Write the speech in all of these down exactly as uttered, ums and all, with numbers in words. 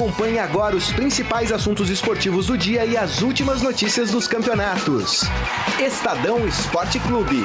Acompanhe agora os principais assuntos esportivos do dia e as últimas notícias dos campeonatos. Estadão Esporte Clube.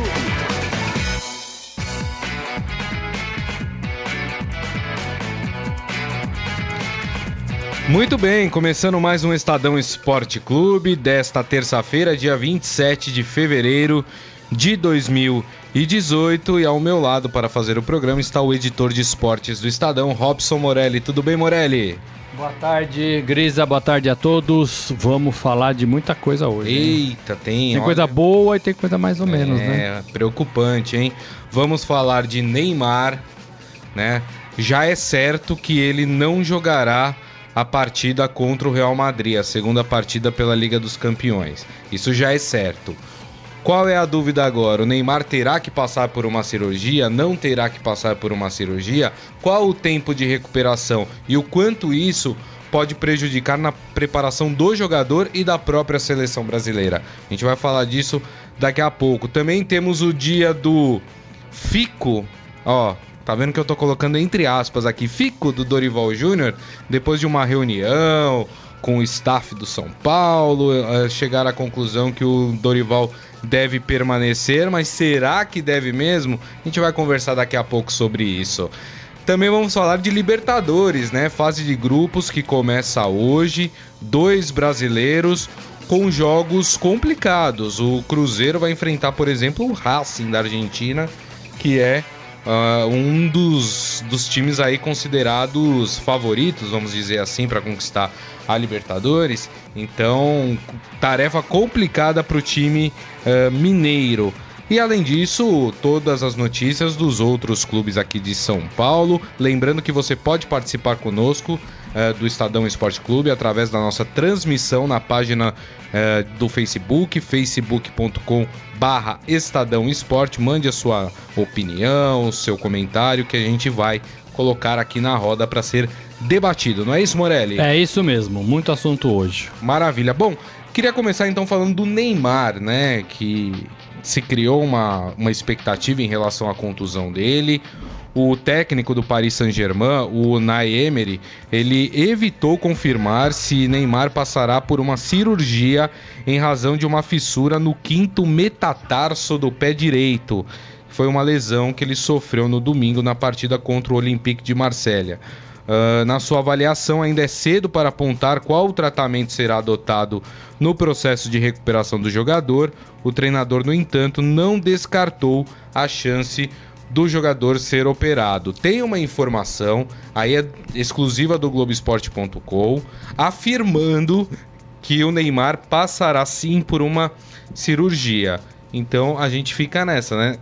Muito bem, começando mais um Estadão Esporte Clube desta terça-feira, dia vinte e sete de fevereiro de dois mil e dezoito, e ao meu lado para fazer o programa está o editor de esportes do Estadão, Robson Morelli. Tudo bem, Morelli? Boa tarde, Grisa, boa tarde a todos. Vamos falar de muita coisa hoje. Eita, hein? tem... Tem olha... coisa boa e tem coisa mais ou menos, é, né? É, preocupante, hein? Vamos falar de Neymar, né? Já é certo que ele não jogará a partida contra o Real Madrid, a segunda partida pela Liga dos Campeões. Isso já é certo. Qual é a dúvida agora? O Neymar terá que passar por uma cirurgia? Não terá que passar por uma cirurgia? Qual o tempo de recuperação? E o quanto isso pode prejudicar na preparação do jogador e da própria seleção brasileira? A gente vai falar disso daqui a pouco. Também temos o dia do Fico, ó... Tá vendo que eu tô colocando entre aspas aqui, Fico do Dorival Júnior, depois de uma reunião com o staff do São Paulo, chegaram à conclusão que o Dorival deve permanecer, mas será que deve mesmo? A gente vai conversar daqui a pouco sobre isso. Também vamos falar de Libertadores, né? Fase de grupos que começa hoje, dois brasileiros com jogos complicados. O Cruzeiro vai enfrentar, por exemplo, o Racing da Argentina, que é Uh, um dos, dos times aí considerados favoritos, vamos dizer assim, para conquistar a Libertadores. Então, tarefa complicada para o time uh, mineiro. E além disso, todas as notícias dos outros clubes aqui de São Paulo. Lembrando que você pode participar conosco uh, do Estadão Esporte Clube através da nossa transmissão na página uh, do Facebook, facebook ponto com barra Estadão Esporte. Mande a sua opinião, o seu comentário, que a gente vai colocar aqui na roda para ser debatido. Não é isso, Morelli? É isso mesmo, muito assunto hoje. Maravilha. Bom, queria começar então falando do Neymar, né, que se criou uma, uma expectativa em relação à contusão dele. O técnico do Paris Saint-Germain, o Unai Emery, ele evitou confirmar se Neymar passará por uma cirurgia em razão de uma fissura no quinto metatarso do pé direito. Foi uma lesão que ele sofreu no domingo na partida contra o Olympique de Marselha. Uh, na sua avaliação, ainda é cedo para apontar qual o tratamento será adotado no processo de recuperação do jogador. O treinador, no entanto, não descartou a chance do jogador ser operado. Tem uma informação, aí é exclusiva do Globoesporte ponto com, afirmando que o Neymar passará sim por uma cirurgia. Então a gente fica nessa, né?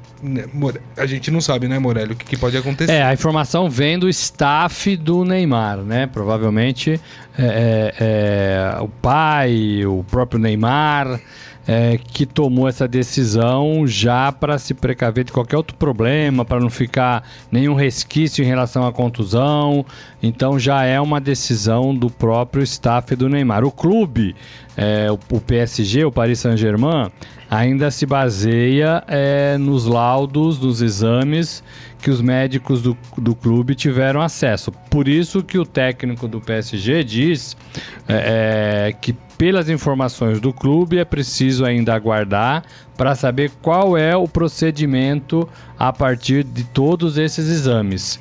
A gente não sabe, né, Morelli, o que, que pode acontecer. É, a informação vem do staff do Neymar, né? Provavelmente é, é, é, o pai, o próprio Neymar, é, que tomou essa decisão já para se precaver de qualquer outro problema, para não ficar nenhum resquício em relação à contusão. Então já é uma decisão do próprio staff do Neymar. O clube, é, o, o P S G, o Paris Saint-Germain, ainda se baseia é, nos laudos, nos exames que os médicos do, do clube tiveram acesso. Por isso que o técnico do P S G diz é, é, que, pelas informações do clube, é preciso ainda aguardar para saber qual é o procedimento a partir de todos esses exames.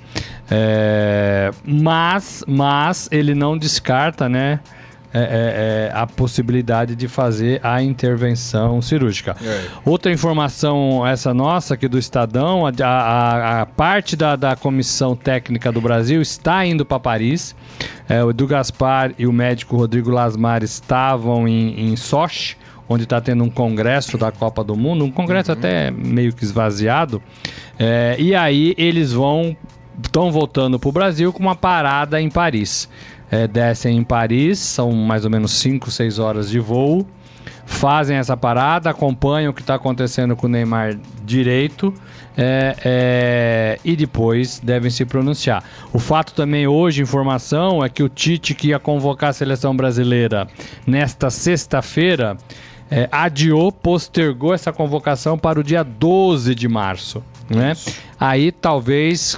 É, mas, mas ele não descarta, né, É, é, é, a possibilidade de fazer a intervenção cirúrgica. É. Outra informação, essa nossa aqui do Estadão, a, a, a parte da, da comissão técnica do Brasil está indo para Paris. É, o Edu Gaspar e o médico Rodrigo Lasmar estavam em, em Sochi, onde está tendo um congresso da Copa do Mundo, um congresso uhum. até meio que esvaziado. É, e aí eles vão estão voltando para o Brasil com uma parada em Paris. É, descem em Paris, são mais ou menos cinco, seis horas de voo, fazem essa parada, acompanham o que está acontecendo com o Neymar direito é, é, e depois devem se pronunciar. O fato também hoje, informação, é que o Tite, que ia convocar a seleção brasileira nesta sexta-feira, é, adiou, postergou essa convocação para o dia doze de março, né? Aí talvez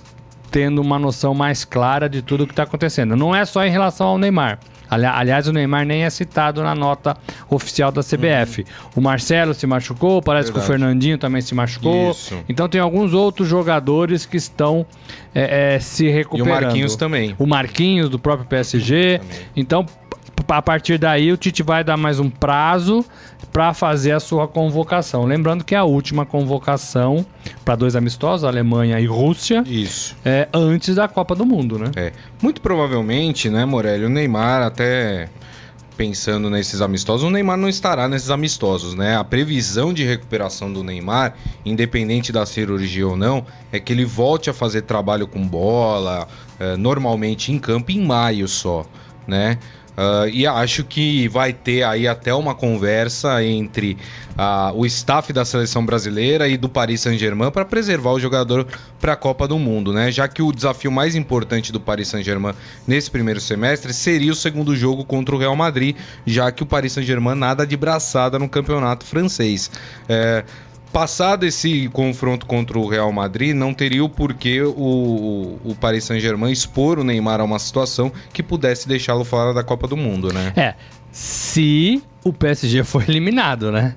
tendo uma noção mais clara de tudo o que está acontecendo. Não é só em relação ao Neymar. Ali, aliás, o Neymar nem é citado na nota oficial da C B F. Uhum. O Marcelo se machucou, parece Verdade. que o Fernandinho também se machucou. Isso. Então tem alguns outros jogadores que estão é, é, se recuperando. E o Marquinhos também. O Marquinhos, do próprio P S G. Também. Então, a partir daí, o Tite vai dar mais um prazo para fazer a sua convocação. Lembrando que é a última convocação para dois amistosos, Alemanha e Rússia, Isso. É, antes da Copa do Mundo, né? É. Muito provavelmente, né, Morelli, o Neymar, até pensando nesses amistosos, o Neymar não estará nesses amistosos, né? A previsão de recuperação do Neymar, independente da cirurgia ou não, é que ele volte a fazer trabalho com bola, é, normalmente em campo, em maio só, né? Uh, e acho que vai ter aí até uma conversa entre uh, o staff da seleção brasileira e do Paris Saint-Germain para preservar o jogador para a Copa do Mundo, né? Já que o desafio mais importante do Paris Saint-Germain nesse primeiro semestre seria o segundo jogo contra o Real Madrid, já que o Paris Saint-Germain nada de braçada no campeonato francês. É... Passado esse confronto contra o Real Madrid, não teria o porquê o, o Paris Saint-Germain expor o Neymar a uma situação que pudesse deixá-lo fora da Copa do Mundo, né? É, se o P S G for eliminado, né?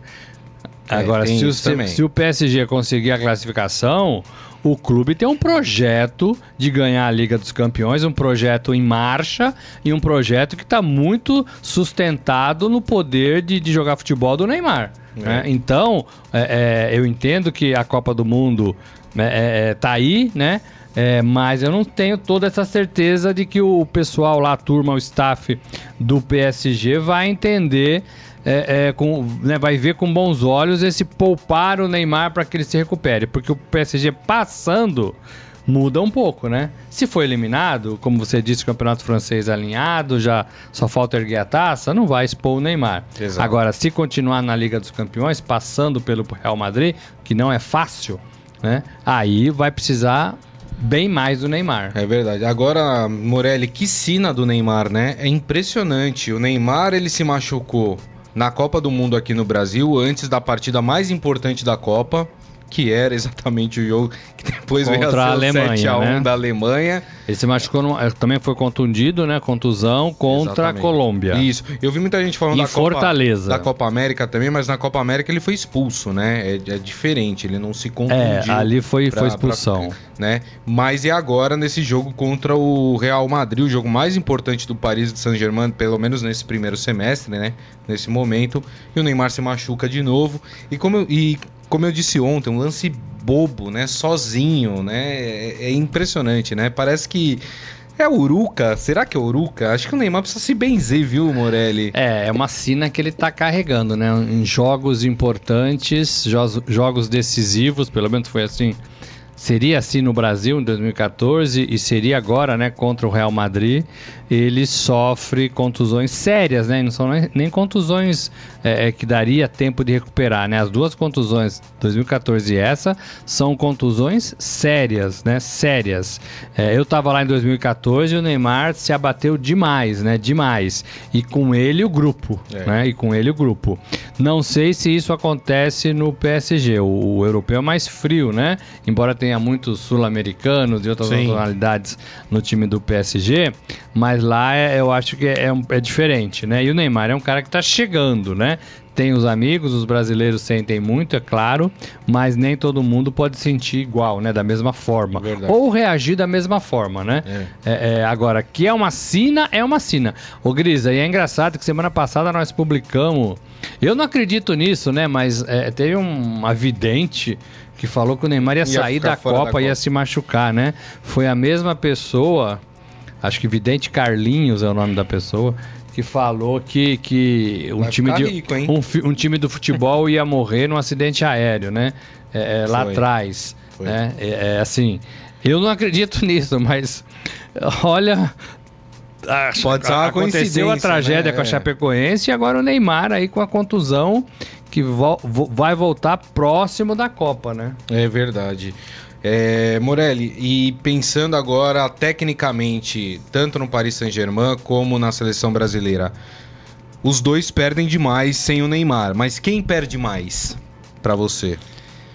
É, Agora, se o, se, se o P S G conseguir a classificação, o clube tem um projeto de ganhar a Liga dos Campeões, um projeto em marcha e um projeto que está muito sustentado no poder de, de jogar futebol do Neymar. É. Né? Então, é, é, eu entendo que a Copa do Mundo é, é, tá aí, né? É, mas eu não tenho toda essa certeza de que o pessoal lá, a turma, o staff do P S G vai entender, é, é, com, né, vai ver com bons olhos esse poupar o Neymar para que ele se recupere. Porque o P S G passando muda um pouco, né? Se for eliminado, como você disse, o campeonato francês alinhado, já só falta erguer a taça, não vai expor o Neymar. Exato. Agora, se continuar na Liga dos Campeões, passando pelo Real Madrid, que não é fácil, né? Aí vai precisar bem mais do Neymar. É verdade. Agora, Morelli, que sina do Neymar, né? É impressionante. O Neymar, ele se machucou na Copa do Mundo aqui no Brasil, antes da partida mais importante da Copa, que era exatamente o jogo que depois contra veio a ser a Alemanha, sete a um, né? da Alemanha. Ele se machucou, no, também foi contundido, né? Contusão contra exatamente. a Colômbia. Isso. Eu vi muita gente falando em da Fortaleza. Copa, da Copa América também, mas na Copa América ele foi expulso, né? É, é diferente, ele não se contundiu. É, ali foi, pra, foi expulsão. Pra, né? Mas e agora nesse jogo contra o Real Madrid, o jogo mais importante do Paris Saint-Germain, pelo menos nesse primeiro semestre, né? Nesse momento, e o Neymar se machuca de novo. E como eu, e como eu disse ontem, um lance bobo, né? Sozinho, né? É, é impressionante, né? Parece que é Uruca. Será que é Uruca? Acho que o Neymar precisa se benzer, viu, Morelli? É, é uma sina que ele tá carregando, né? Em jogos importantes, jo- jogos decisivos, pelo menos foi assim. Seria assim no Brasil em dois mil e catorze e seria agora, né, contra o Real Madrid. Ele sofre contusões sérias, né? E não são nem, nem contusões é, que daria tempo de recuperar, né? As duas contusões, dois mil e catorze e essa, são contusões sérias, né? Sérias. É, eu tava lá em dois mil e catorze e o Neymar se abateu demais, né? Demais. E com ele o grupo, é. né? E com ele o grupo. Não sei se isso acontece no P S G. O, o europeu é mais frio, né? Embora tenha muitos sul-americanos e outras Sim. nacionalidades no time do P S G, mas lá é, eu acho que é, é diferente, né? E o Neymar é um cara que tá chegando, né? Tem os amigos, os brasileiros sentem muito, é claro, mas nem todo mundo pode sentir igual, né? Da mesma forma. Verdade. Ou reagir da mesma forma, né? É. É, é, agora, que é uma sina, é uma sina. Ô, Grisa, e é engraçado que semana passada nós publicamos, eu não acredito nisso, né? Mas é, teve uma vidente que falou que o Neymar ia, ia sair da Copa, da Copa, ia se machucar, né? Foi a mesma pessoa, acho que Vidente Carlinhos é o nome da pessoa, que falou que, que um, time de, rico, um, um time do futebol ia morrer num acidente aéreo, né? É, é, lá atrás. Foi. Né? É, é, assim, eu não acredito nisso, mas olha... Pode ser uma aconteceu a tragédia, né? Com a Chapecoense e agora o Neymar aí com a contusão que vo- vo- vai voltar próximo da Copa, né? É verdade. É, Morelli, e pensando agora tecnicamente, tanto no Paris Saint-Germain como na seleção brasileira, os dois perdem demais sem o Neymar, mas quem perde mais pra você?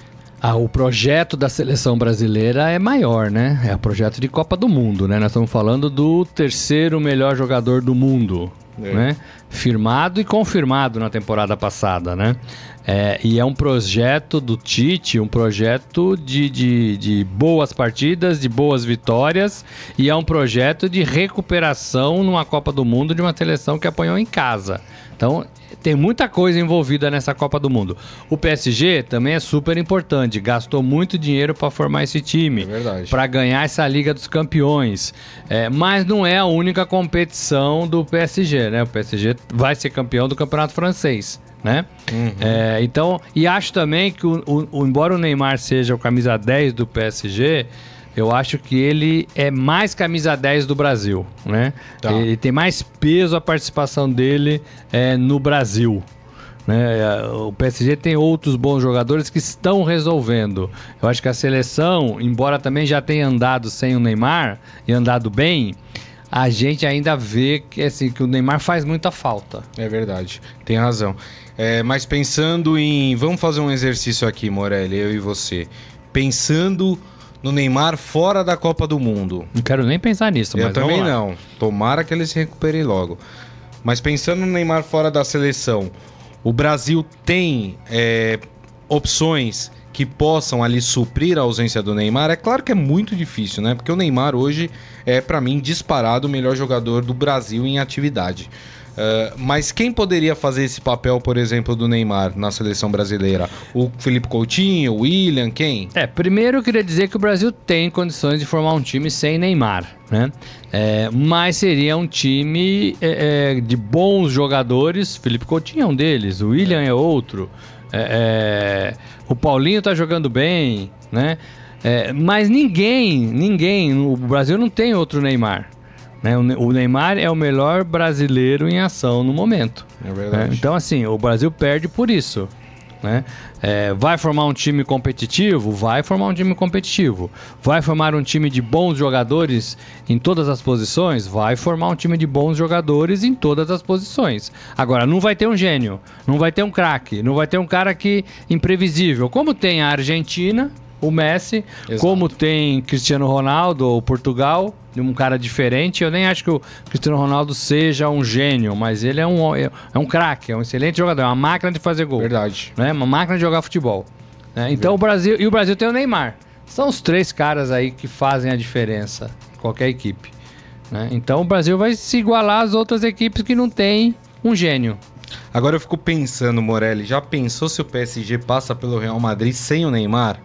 Ah, o projeto da seleção brasileira é maior, né? É o projeto de Copa do Mundo, né? Nós estamos falando do terceiro melhor jogador do mundo, é. né? Firmado e confirmado na temporada passada, né? É, e é um projeto do Tite, um projeto de, de, de boas partidas, de boas vitórias, e é um projeto de recuperação numa Copa do Mundo de uma seleção que apanhou em casa. Então, tem muita coisa envolvida nessa Copa do Mundo. O P S G também é super importante, gastou muito dinheiro para formar esse time, é para ganhar essa Liga dos Campeões, é, mas não é a única competição do P S G, né? O P S G vai ser campeão do Campeonato Francês, né? Uhum. É, então, e acho também que o, o, embora o Neymar seja o camisa dez do P S G, eu acho que ele é mais camisa dez do Brasil, né? Tá. Ele tem mais peso a participação dele é, no Brasil, né? O P S G tem outros bons jogadores que estão resolvendo. Eu acho que a seleção, embora também já tenha andado sem o Neymar e andado bem, a gente ainda vê que, assim, que o Neymar faz muita falta. É verdade, tem razão. É, mas pensando em... Vamos fazer um exercício aqui, Morelli, eu e você. Pensando no Neymar fora da Copa do Mundo. Não quero nem pensar nisso, eu mas também vamos lá. não. Tomara que ele se recupere logo. Mas pensando no Neymar fora da seleção, o Brasil tem é, opções que possam ali suprir a ausência do Neymar? É claro que é muito difícil, né? Porque o Neymar hoje é, para mim, disparado o melhor jogador do Brasil em atividade. Uh, mas quem poderia fazer esse papel, por exemplo, do Neymar na seleção brasileira? O Felipe Coutinho, o William, quem? É, primeiro eu queria dizer que o Brasil tem condições de formar um time sem Neymar, né? É, mas seria um time é, é, de bons jogadores. Felipe Coutinho é um deles, o William é, é outro. É, é, o Paulinho tá jogando bem, né? É, mas ninguém, ninguém, o Brasil não tem outro Neymar. Né? O Neymar é o melhor brasileiro em ação no momento. É verdade. Né? Então, assim, o Brasil perde por isso. Né? É, vai formar um time competitivo? Vai formar um time competitivo. Vai formar um time de bons jogadores em todas as posições? Vai formar um time de bons jogadores em todas as posições. Agora, não vai ter um gênio, não vai ter um craque, não vai ter um cara que imprevisível, como tem a Argentina, o Messi, exato, como tem Cristiano Ronaldo, ou Portugal, um cara diferente. Eu nem acho que o Cristiano Ronaldo seja um gênio, mas ele é um, é um craque, é um excelente jogador, é uma máquina de fazer gol. Verdade. Né? Uma máquina de jogar futebol. Né? Então o Brasil, e o Brasil tem o Neymar. São os três caras aí que fazem a diferença em qualquer equipe. Né? Então o Brasil vai se igualar às outras equipes que não tem um gênio. Agora eu fico pensando, Morelli, já pensou se o P S G passa pelo Real Madrid sem o Neymar?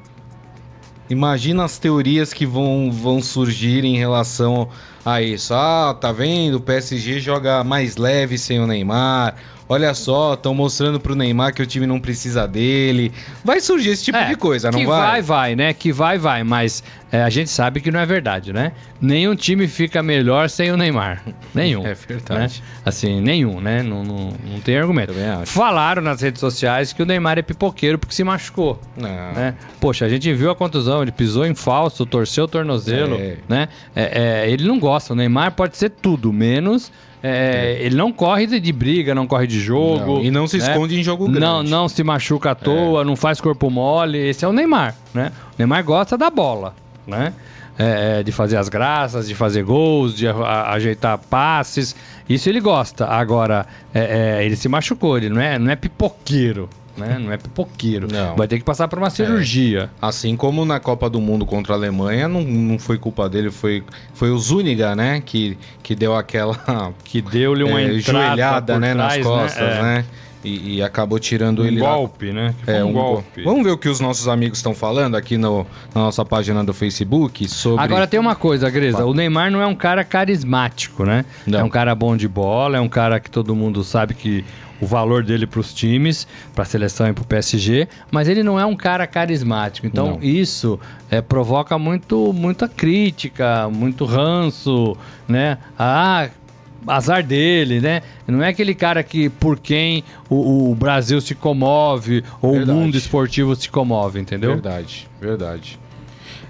Imagina as teorias que vão, vão surgir em relação a isso. Ah, tá vendo? O P S G joga mais leve sem o Neymar. Olha só, estão mostrando pro Neymar que o time não precisa dele. Vai surgir esse tipo é, de coisa, não que vai? Que vai, vai, né? Que vai, vai. Mas é, a gente sabe que não é verdade, né? Nenhum time fica melhor sem o Neymar. Nenhum. É verdade. Né? Assim, nenhum, né? Não, não, não tem argumento. Falaram nas redes sociais que o Neymar é pipoqueiro porque se machucou. Não. Né? Poxa, a gente viu a contusão, ele pisou em falso, torceu o tornozelo. É. Né? É, é, ele não gosta. O Neymar pode ser tudo, menos... É, é. Ele não corre de, de briga, não corre de jogo. Não, e não se né? esconde em jogo grande. Não, não se machuca à toa, é. não faz corpo mole. Esse é o Neymar, né? O Neymar gosta da bola, né? É, de fazer as graças, de fazer gols, de a, a, ajeitar passes. Isso ele gosta. Agora, é, é, ele se machucou, ele não é, não é pipoqueiro. Né? Não é pipoqueiro. Não. Vai ter que passar por uma cirurgia. É. Assim como na Copa do Mundo contra a Alemanha, não, não foi culpa dele, foi, foi o Zúñiga, né? Que, que deu aquela... Que deu-lhe uma é, joelhada, né, trás, nas costas, né? É. né? E, e acabou tirando um ele golpe, lá. né? É, um, um golpe. Vamos ver o que os nossos amigos estão falando aqui no, na nossa página do Facebook sobre... Agora tem uma coisa, Greza, o Neymar não é um cara carismático, né? Não. É um cara bom de bola, é um cara que todo mundo sabe que o valor dele para os times, para a seleção e para o P S G, mas ele não é um cara carismático. Então não. isso é, provoca muito, muita crítica, muito ranço, né? Ah, azar dele, né? Não é aquele cara que por quem o, o Brasil se comove ou verdade. O mundo esportivo se comove, entendeu? Verdade, verdade.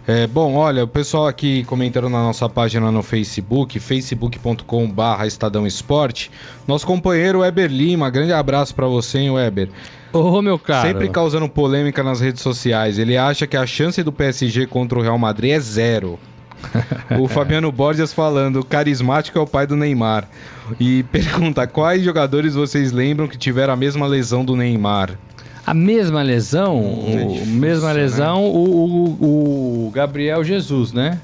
É, bom, olha, o pessoal aqui comentando na nossa página no Facebook, facebook ponto com barra Estadão Esporte, nosso companheiro Weber Lima, grande abraço pra você, hein, Weber? Ô, meu caro. Sempre causando polêmica nas redes sociais, ele acha que a chance do P S G contra o Real Madrid é zero. O Fabiano Borges falando, o carismático é o pai do Neymar. E pergunta, quais jogadores vocês lembram que tiveram a mesma lesão do Neymar? A mesma lesão, Hum, é o, difícil, mesma lesão, né? o, o, o Gabriel Jesus, né?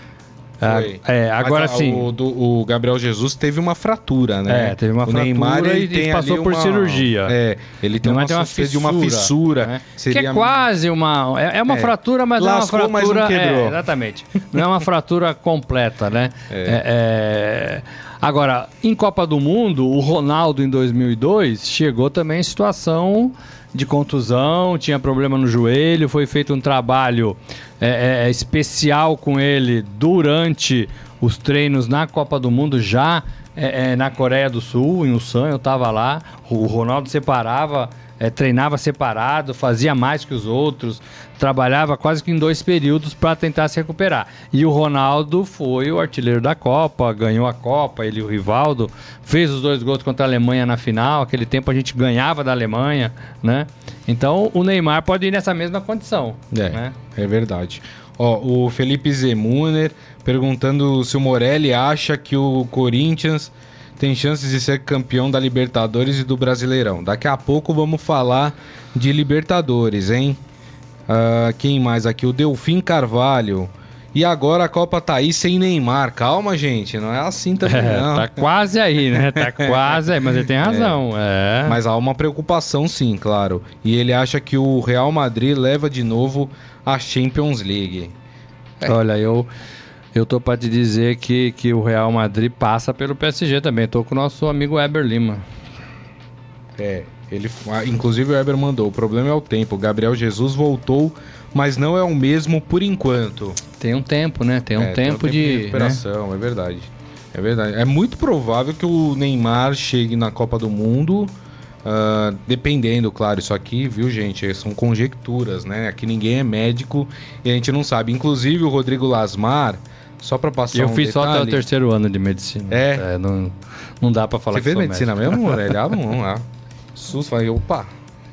Foi. Ah, é, agora Mas, sim. O, do, o Gabriel Jesus teve uma fratura, né? É, teve uma o fratura Neymar, ele e tem passou ali por uma, cirurgia. É, ele tem uma, tem uma fissura, fissura, de uma fissura. Né? Seria... Que é quase uma... É, é uma É. fratura, mas Lascou, é uma mas não fratura... quebrou. É, exatamente. Não é uma fratura completa, né? É. É, é... Agora, em Copa do Mundo, o Ronaldo em dois mil e dois chegou também em situação de contusão, tinha problema no joelho, foi feito um trabalho é, é, especial com ele durante os treinos na Copa do Mundo, já é, é, na Coreia do Sul, em Ulsan, eu estava lá, o Ronaldo separava, é, treinava separado, fazia mais que os outros, trabalhava quase que em dois períodos para tentar se recuperar. E o Ronaldo foi o artilheiro da Copa, ganhou a Copa, ele e o Rivaldo, fez os dois gols contra a Alemanha na final, aquele tempo a gente ganhava da Alemanha, né? Então o Neymar pode ir nessa mesma condição. É, né? é verdade. Ó, o Felipe Zemuner perguntando se o Morelli acha que o Corinthians tem chances de ser campeão da Libertadores e do Brasileirão. Daqui a pouco vamos falar de Libertadores, hein? Uh, quem mais aqui? O Delfim Carvalho. E agora a Copa tá aí sem Neymar. Calma, gente, não é assim também, É, não. tá quase aí, né? Tá quase aí, mas ele tem razão. É. Mas há uma preocupação, sim, claro. E ele acha que o Real Madrid leva de novo a Champions League. É. Olha, eu, eu tô pra te dizer que, que o Real Madrid passa pelo P S G também. Tô com o nosso amigo Weber Lima. É, ele, inclusive o Weber mandou, o problema é o tempo. O Gabriel Jesus voltou, mas não é o mesmo por enquanto. Tem um tempo, né? Tem um, É, tempo, tem um tempo de, de recuperação, né? É verdade. É verdade. É muito provável que o Neymar chegue na Copa do Mundo, uh, dependendo, claro, isso aqui, viu, gente? São conjecturas, né? Aqui ninguém é médico e a gente não sabe. Inclusive o Rodrigo Lasmar, só pra passar Eu um fiz detalhe, só até o terceiro ano de medicina. É? É, não, não dá pra falar Você que fez sou medicina médico. mesmo, Morelli? Ah, não, ah. Sus, falei, opa.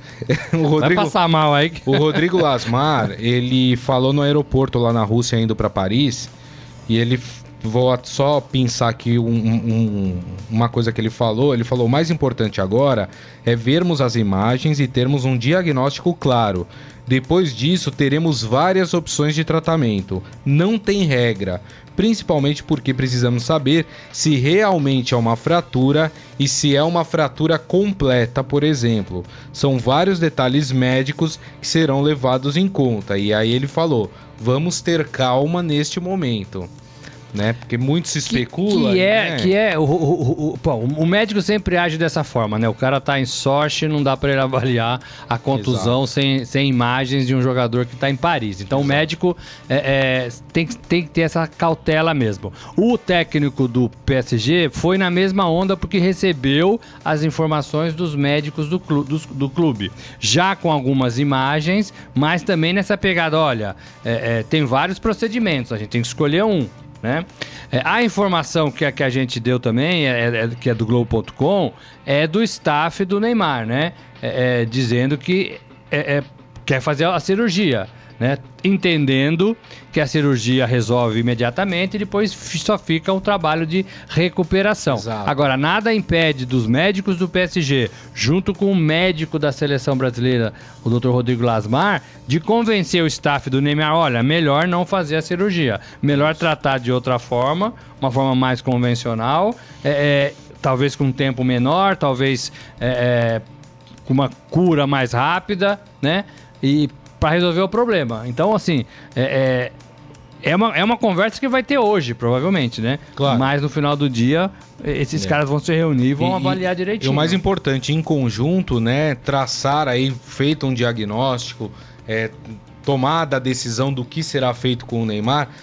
O Vai Rodrigo, passar mal aí. o Rodrigo Lasmar, ele falou no aeroporto lá na Rússia indo pra Paris, e ele, vou só pensar aqui um, um, uma coisa que ele falou, ele falou, o mais importante agora é vermos as imagens e termos um diagnóstico claro. Depois disso, teremos várias opções de tratamento. Não tem regra, principalmente porque precisamos saber se realmente é uma fratura e se é uma fratura completa, por exemplo. São vários detalhes médicos que serão levados em conta. E aí ele falou, vamos ter calma neste momento. Né? Porque muito se especula. Que, que é, né? que é o, o, o, pô, o médico sempre age dessa forma, né? O cara tá em sorte, não dá para ele avaliar a contusão sem, sem imagens de um jogador que tá em Paris. Então Exato. O médico é, é, tem, tem que ter essa cautela mesmo. O técnico do P S G foi na mesma onda porque recebeu as informações dos médicos do clube, do, do clube. Já com algumas imagens, mas também nessa pegada, olha, é, é, tem vários procedimentos, a gente tem que escolher um. Né? É, a informação que a, que a gente deu também, é, é, que é do Globo ponto com, é do staff do Neymar, né? É, é, dizendo que é, é, quer fazer a cirurgia, né? Entendendo que a cirurgia resolve imediatamente e depois só fica um trabalho de recuperação. Exato. Agora, nada impede dos médicos do P S G, junto com o médico da seleção brasileira, o doutor Rodrigo Lasmar, de convencer o staff do Neymar, olha, melhor não fazer a cirurgia, melhor tratar de outra forma, uma forma mais convencional, é, é, talvez com um tempo menor, talvez é, é, com uma cura mais rápida, né? E para resolver o problema. Então, assim, é, é, é, uma, é uma conversa que vai ter hoje, provavelmente, né? Claro. Mas no final do dia, esses é. caras vão se reunir e vão e, avaliar direitinho. E o mais importante, em conjunto, né? Traçar aí, feito um diagnóstico, é, tomada a decisão do que será feito com o Neymar,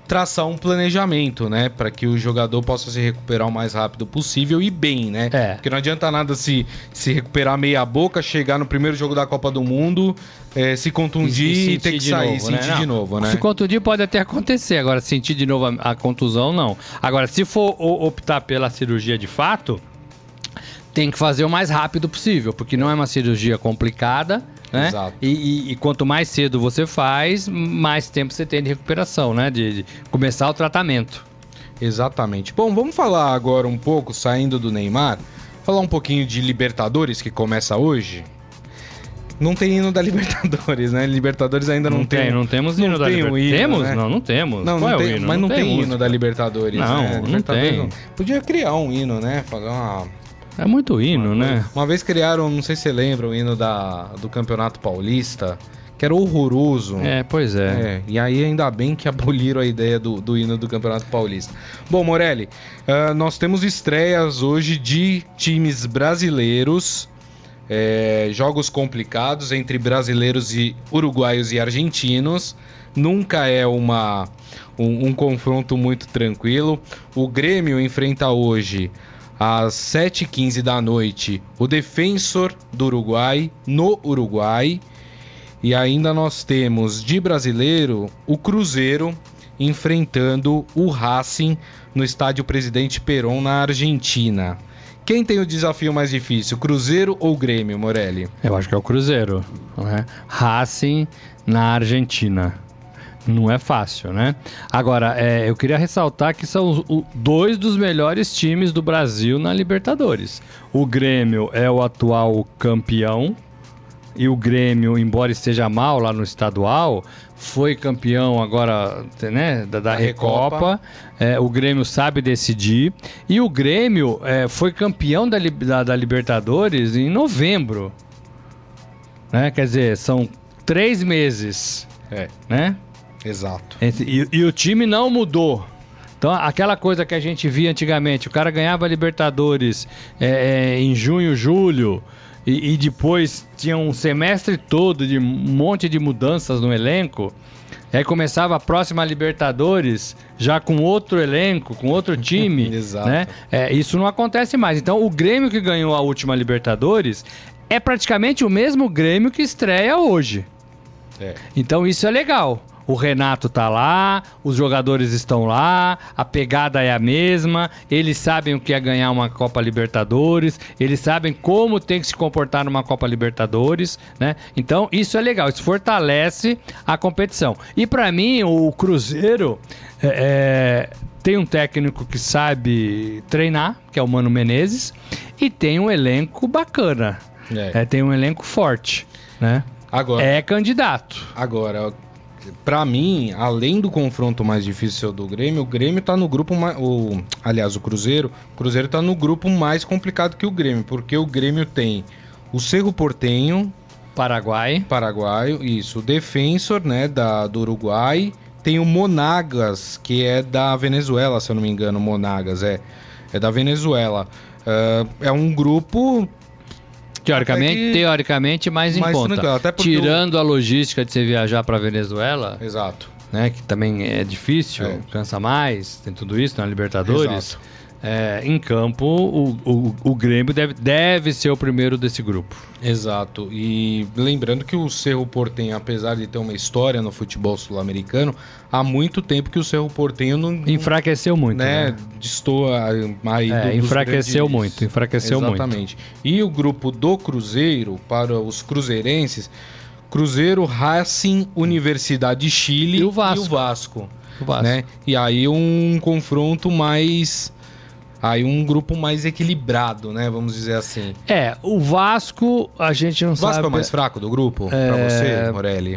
traçar um planejamento, né? Para que o jogador possa se recuperar o mais rápido possível e bem, né? É. Porque não adianta nada se, se recuperar meia boca, chegar no primeiro jogo da Copa do Mundo, é, se contundir e, e ter que sair, novo, sentir né? de novo, né? Se contundir pode até acontecer, agora sentir de novo a, a contusão, não. Agora, se for optar pela cirurgia de fato, tem que fazer o mais rápido possível, porque não é uma cirurgia complicada, né? Exato. E, e, e quanto mais cedo você faz, mais tempo você tem de recuperação, né? De, de começar o tratamento. Exatamente. Bom, vamos falar agora um pouco, saindo do Neymar, falar um pouquinho de Libertadores, que começa hoje. Não tem hino da Libertadores, né? Libertadores ainda não, Não tem, tem. não temos hino não da tem o Libertadores. hino, Temos? né? Não, não temos. Não, Qual não é o tem, hino? mas não, tem, música. hino da Libertadores, Não, né? não Libertadores tem. não. Podia criar um hino, né? Fazer uma... É muito hino, uma né? Uma vez criaram, não sei se você lembra, o hino da, do Campeonato Paulista, que era horroroso. É, pois é. É, e aí ainda bem que aboliram a ideia do, do hino do Campeonato Paulista. Bom, Morelli, uh, nós temos estreias hoje de times brasileiros, é, jogos complicados entre brasileiros e uruguaios e argentinos. Nunca é uma, um, um confronto muito tranquilo. O Grêmio enfrenta hoje, às sete e quinze da noite, o Defensor do Uruguai, no Uruguai. E ainda nós temos de brasileiro o Cruzeiro enfrentando o Racing no estádio Presidente Perón, na Argentina. Quem tem o desafio mais difícil, Cruzeiro ou Grêmio, Morelli? Eu acho que é o Cruzeiro, né? Racing na Argentina. Não é fácil, né? Agora, é, eu queria ressaltar que são os, o, dois dos melhores times do Brasil na Libertadores. O Grêmio é o atual campeão. E o Grêmio, embora esteja mal lá no estadual, foi campeão agora, né, da, da Recopa. Recopa. É, o Grêmio sabe decidir. E o Grêmio é, foi campeão da, da, da Libertadores em novembro. Né? Quer dizer, são três meses. É. Né? Exato. E, e o time não mudou. Então, aquela coisa que a gente via antigamente, o cara ganhava Libertadores é, é, em junho, julho... E, e depois tinha um semestre todo de um monte de mudanças no elenco. E aí começava a próxima Libertadores já com outro elenco, com outro time. Exato. Né? É, isso não acontece mais. Então o Grêmio que ganhou a última Libertadores é praticamente o mesmo Grêmio que estreia hoje. É. Então isso é legal. O Renato tá lá, os jogadores estão lá, a pegada é a mesma, eles sabem o que é ganhar uma Copa Libertadores, eles sabem como tem que se comportar numa Copa Libertadores, né? Então isso é legal, isso fortalece a competição. E para mim o Cruzeiro é, é, tem um técnico que sabe treinar, que é o Mano Menezes, e tem um elenco bacana, É. É, tem um elenco forte, né? Agora, É candidato. Agora, pra mim, além do confronto mais difícil do Grêmio, o Grêmio tá no grupo mais... O, aliás, o Cruzeiro, o Cruzeiro tá no grupo mais complicado que o Grêmio, porque o Grêmio tem o Cerro Porteño, Paraguai. paraguaio, isso, o Defensor, né, da, do Uruguai, tem o Monagas, que é da Venezuela, se eu não me engano, Monagas, é, é da Venezuela. Uh, é um grupo... Teoricamente, que... teoricamente mais em mais conta. tranquilo, até porque Tirando o... a logística de você viajar para Venezuela, Exato. Né, que também é difícil, é. cansa mais, tem tudo isso na Libertadores. É, em campo, o, o, o Grêmio deve, deve ser o primeiro desse grupo. Exato. E lembrando que o Cerro Porteño, apesar de ter uma história no futebol sul-americano, há muito tempo que o Cerro Porteño não... Enfraqueceu muito, né? né? Destoa aí é, do, enfraqueceu grandes... muito, enfraqueceu Exatamente. muito. E o grupo do Cruzeiro, para os cruzeirenses, Cruzeiro, Racing, Universidade de Chile e o Vasco. E, o Vasco, o Vasco. Né? E aí um confronto mais... Aí um grupo mais equilibrado, né? Vamos dizer assim. É, o Vasco, a gente não o sabe... O Vasco é o mais fraco do grupo, é... pra você, Morelli?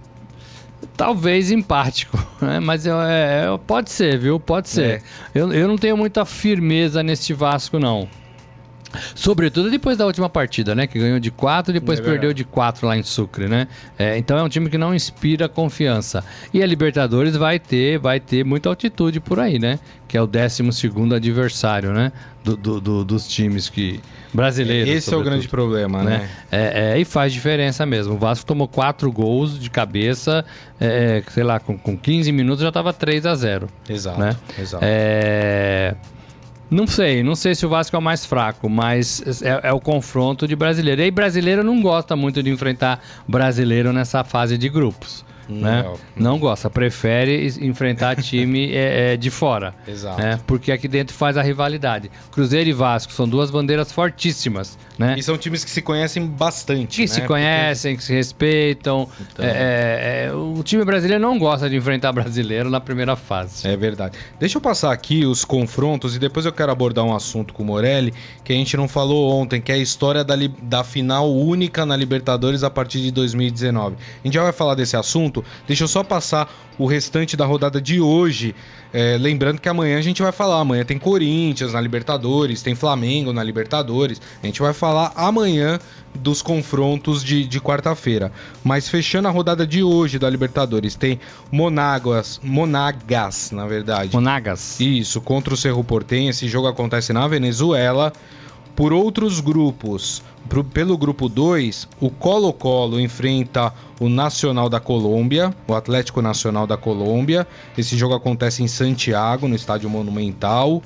Talvez empático, né? Mas é, é, pode ser, viu? Pode ser. É. Eu, eu não tenho muita firmeza nesse Vasco, não. Sobretudo depois da última partida, né? Que ganhou de quatro e depois É perdeu verdade. de quatro lá em Sucre, né? É, então é um time que não inspira confiança. E a Libertadores vai ter, vai ter muita altitude por aí, né? Que é o décimo segundo adversário, né? Do, do- do- dos times que brasileiros. Esse é o sobretudo, grande problema, né? né? É, é, e faz diferença mesmo. O Vasco tomou quatro gols de cabeça, é, sei lá, com, com quinze minutos já estava três a zero. Exato, Né? exato. É... Não sei, não sei se o Vasco é o mais fraco, mas é, é o confronto de brasileiro. E aí, brasileiro não gosta muito de enfrentar brasileiro nessa fase de grupos. Né? Não. Não gosta, prefere es- enfrentar time é, é, de fora. Exato. Né? Porque aqui dentro faz a rivalidade. Cruzeiro e Vasco são duas bandeiras fortíssimas, né? E são times que se conhecem bastante, Que né? se conhecem, que se respeitam. Então- É, é, é, o time brasileiro não gosta de enfrentar brasileiro na primeira fase. É verdade. Deixa eu passar aqui os confrontos e depois eu quero abordar um assunto com o Morelli que a gente não falou ontem, que é a história da, li- da final única na Libertadores a partir de dois mil e dezenove. A gente já vai falar desse assunto. Deixa eu só passar o restante da rodada de hoje. É, lembrando que amanhã a gente vai falar. Amanhã tem Corinthians na Libertadores, tem Flamengo na Libertadores. A gente vai falar amanhã dos confrontos de, de quarta-feira. Mas fechando a rodada de hoje da Libertadores, tem Monagas, Monagas, na verdade. Monagas. Isso, contra o Cerro Porteño. Esse jogo acontece na Venezuela. Por outros grupos, pro- pelo grupo dois, o Colo-Colo enfrenta o Nacional da Colômbia, o Atlético Nacional da Colômbia. Esse jogo acontece em Santiago, no Estádio Monumental.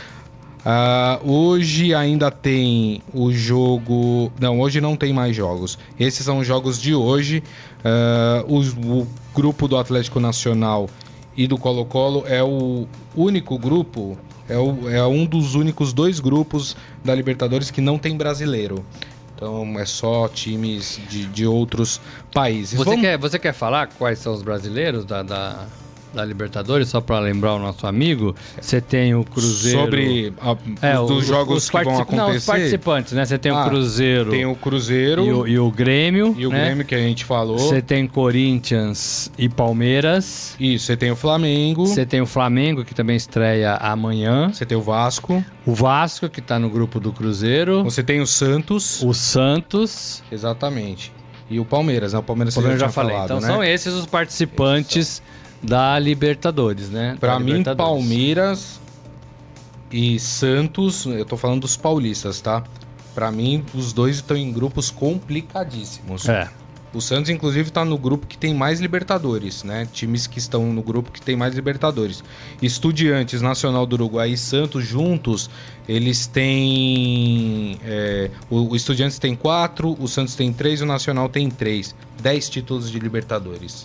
Ah, hoje ainda tem o jogo... Não, hoje não tem mais jogos. Esses são os jogos de hoje. Ah, os- o grupo do Atlético Nacional e do Colo-Colo é o único grupo... É, o- é um dos únicos dois grupos da Libertadores que não tem brasileiro. Então é só times de, de outros países. Você, Vamos- quer, você quer falar quais são os brasileiros da, da, da Libertadores? Só para lembrar o nosso amigo, você tem o Cruzeiro... Sobre a, É, os, dos os- jogos os que vão particip- Não, os acontecer. participantes, né? Você tem Ah, o Cruzeiro, Tem o Cruzeiro e, o, e o Grêmio, e o né? Grêmio que a gente falou. Você tem Corinthians e Palmeiras. Isso, você tem o Flamengo, Você tem o Flamengo, que também estreia amanhã. você tem o Vasco, O Vasco, que tá no grupo do Cruzeiro. você tem o Santos, O Santos. exatamente. E o Palmeiras, né? O Palmeiras, O Palmeiras você já já tinha falei. falado, Então né? são esses os participantes da Libertadores, né? Pra Da mim, Libertadores. Palmeiras e Santos, eu tô falando dos paulistas, tá? Pra mim, os dois estão em grupos complicadíssimos. É. O Santos, inclusive, tá no grupo que tem mais Libertadores, né? Times que estão no grupo que tem mais Libertadores. Estudiantes, Nacional do Uruguai e Santos juntos, eles têm... é, o, o Estudiantes tem quatro, o Santos tem três e o Nacional tem três. Dez títulos de Libertadores.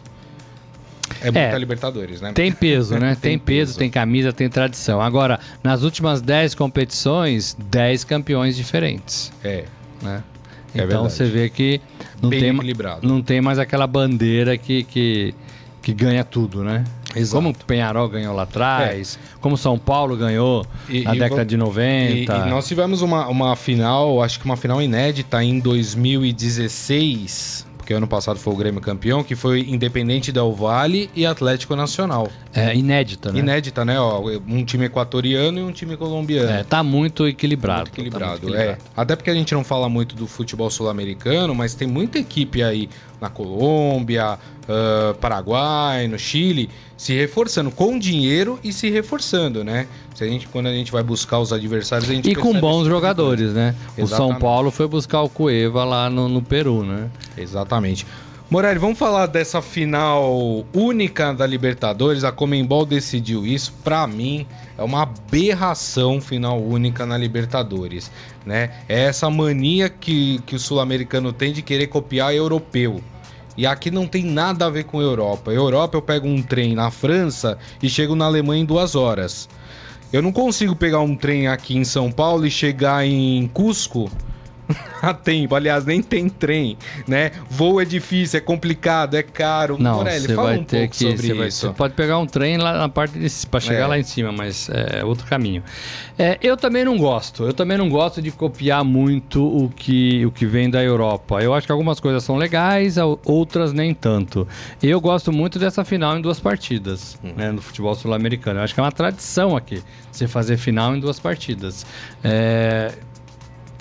É muita É, Libertadores, né? Tem peso, né? Tem tem peso, peso. tem camisa, tem tradição. Agora, nas últimas dez competições, dez campeões diferentes, É, né? É Então verdade. você vê que não bem tem, ma- equilibrado. não tem mais aquela bandeira que, que, que ganha tudo, né? Exato. Como o Penharol ganhou lá atrás, como São Paulo ganhou E- na e década vo- de E, noventa. e nós tivemos uma, uma final, acho que uma final inédita em dois mil e dezesseis, porque ano passado foi o Grêmio campeão, que foi Independente Del Valle e Atlético Nacional. É inédita, né? Inédita, né? Ó, um time equatoriano e um time colombiano. É, tá muito equilibrado. Muito equilibrado, tá muito é. Até porque a gente não fala muito do futebol sul-americano, mas tem muita equipe aí na Colômbia, ah, Paraguai, no Chile, se reforçando com dinheiro e se reforçando, né? Se a gente, quando a gente vai buscar os adversários, a gente E com percebe esse bons tipo de jogadores, né? O São Exatamente. Paulo foi buscar o Cueva lá no, no Peru, né? Exatamente. Morelli, vamos falar dessa final única da Libertadores. A Conmebol decidiu isso. Pra mim, é uma aberração final única na Libertadores, né? É essa mania que, que o sul-americano tem de querer copiar europeu. E aqui não tem nada a ver com Europa. Europa, eu pego um trem na França e chego na Alemanha em duas horas. Eu não consigo pegar um trem aqui em São Paulo e chegar em Cusco a tempo. Aliás, nem tem trem, né? Voo é difícil, é complicado, é caro. Não, Morelli, você fala vai um ter pouco que. sobre Você, vai, isso. você pode pegar um trem lá na parte de para chegar É. lá em cima, mas é outro caminho. É, eu também não gosto. Eu também não gosto de copiar muito o que, o que vem da Europa. Eu acho que algumas coisas são legais, a- outras nem tanto. Eu gosto muito dessa final em duas partidas, Hum. né, no futebol sul-americano. Eu acho que é uma tradição aqui você fazer final em duas partidas. É,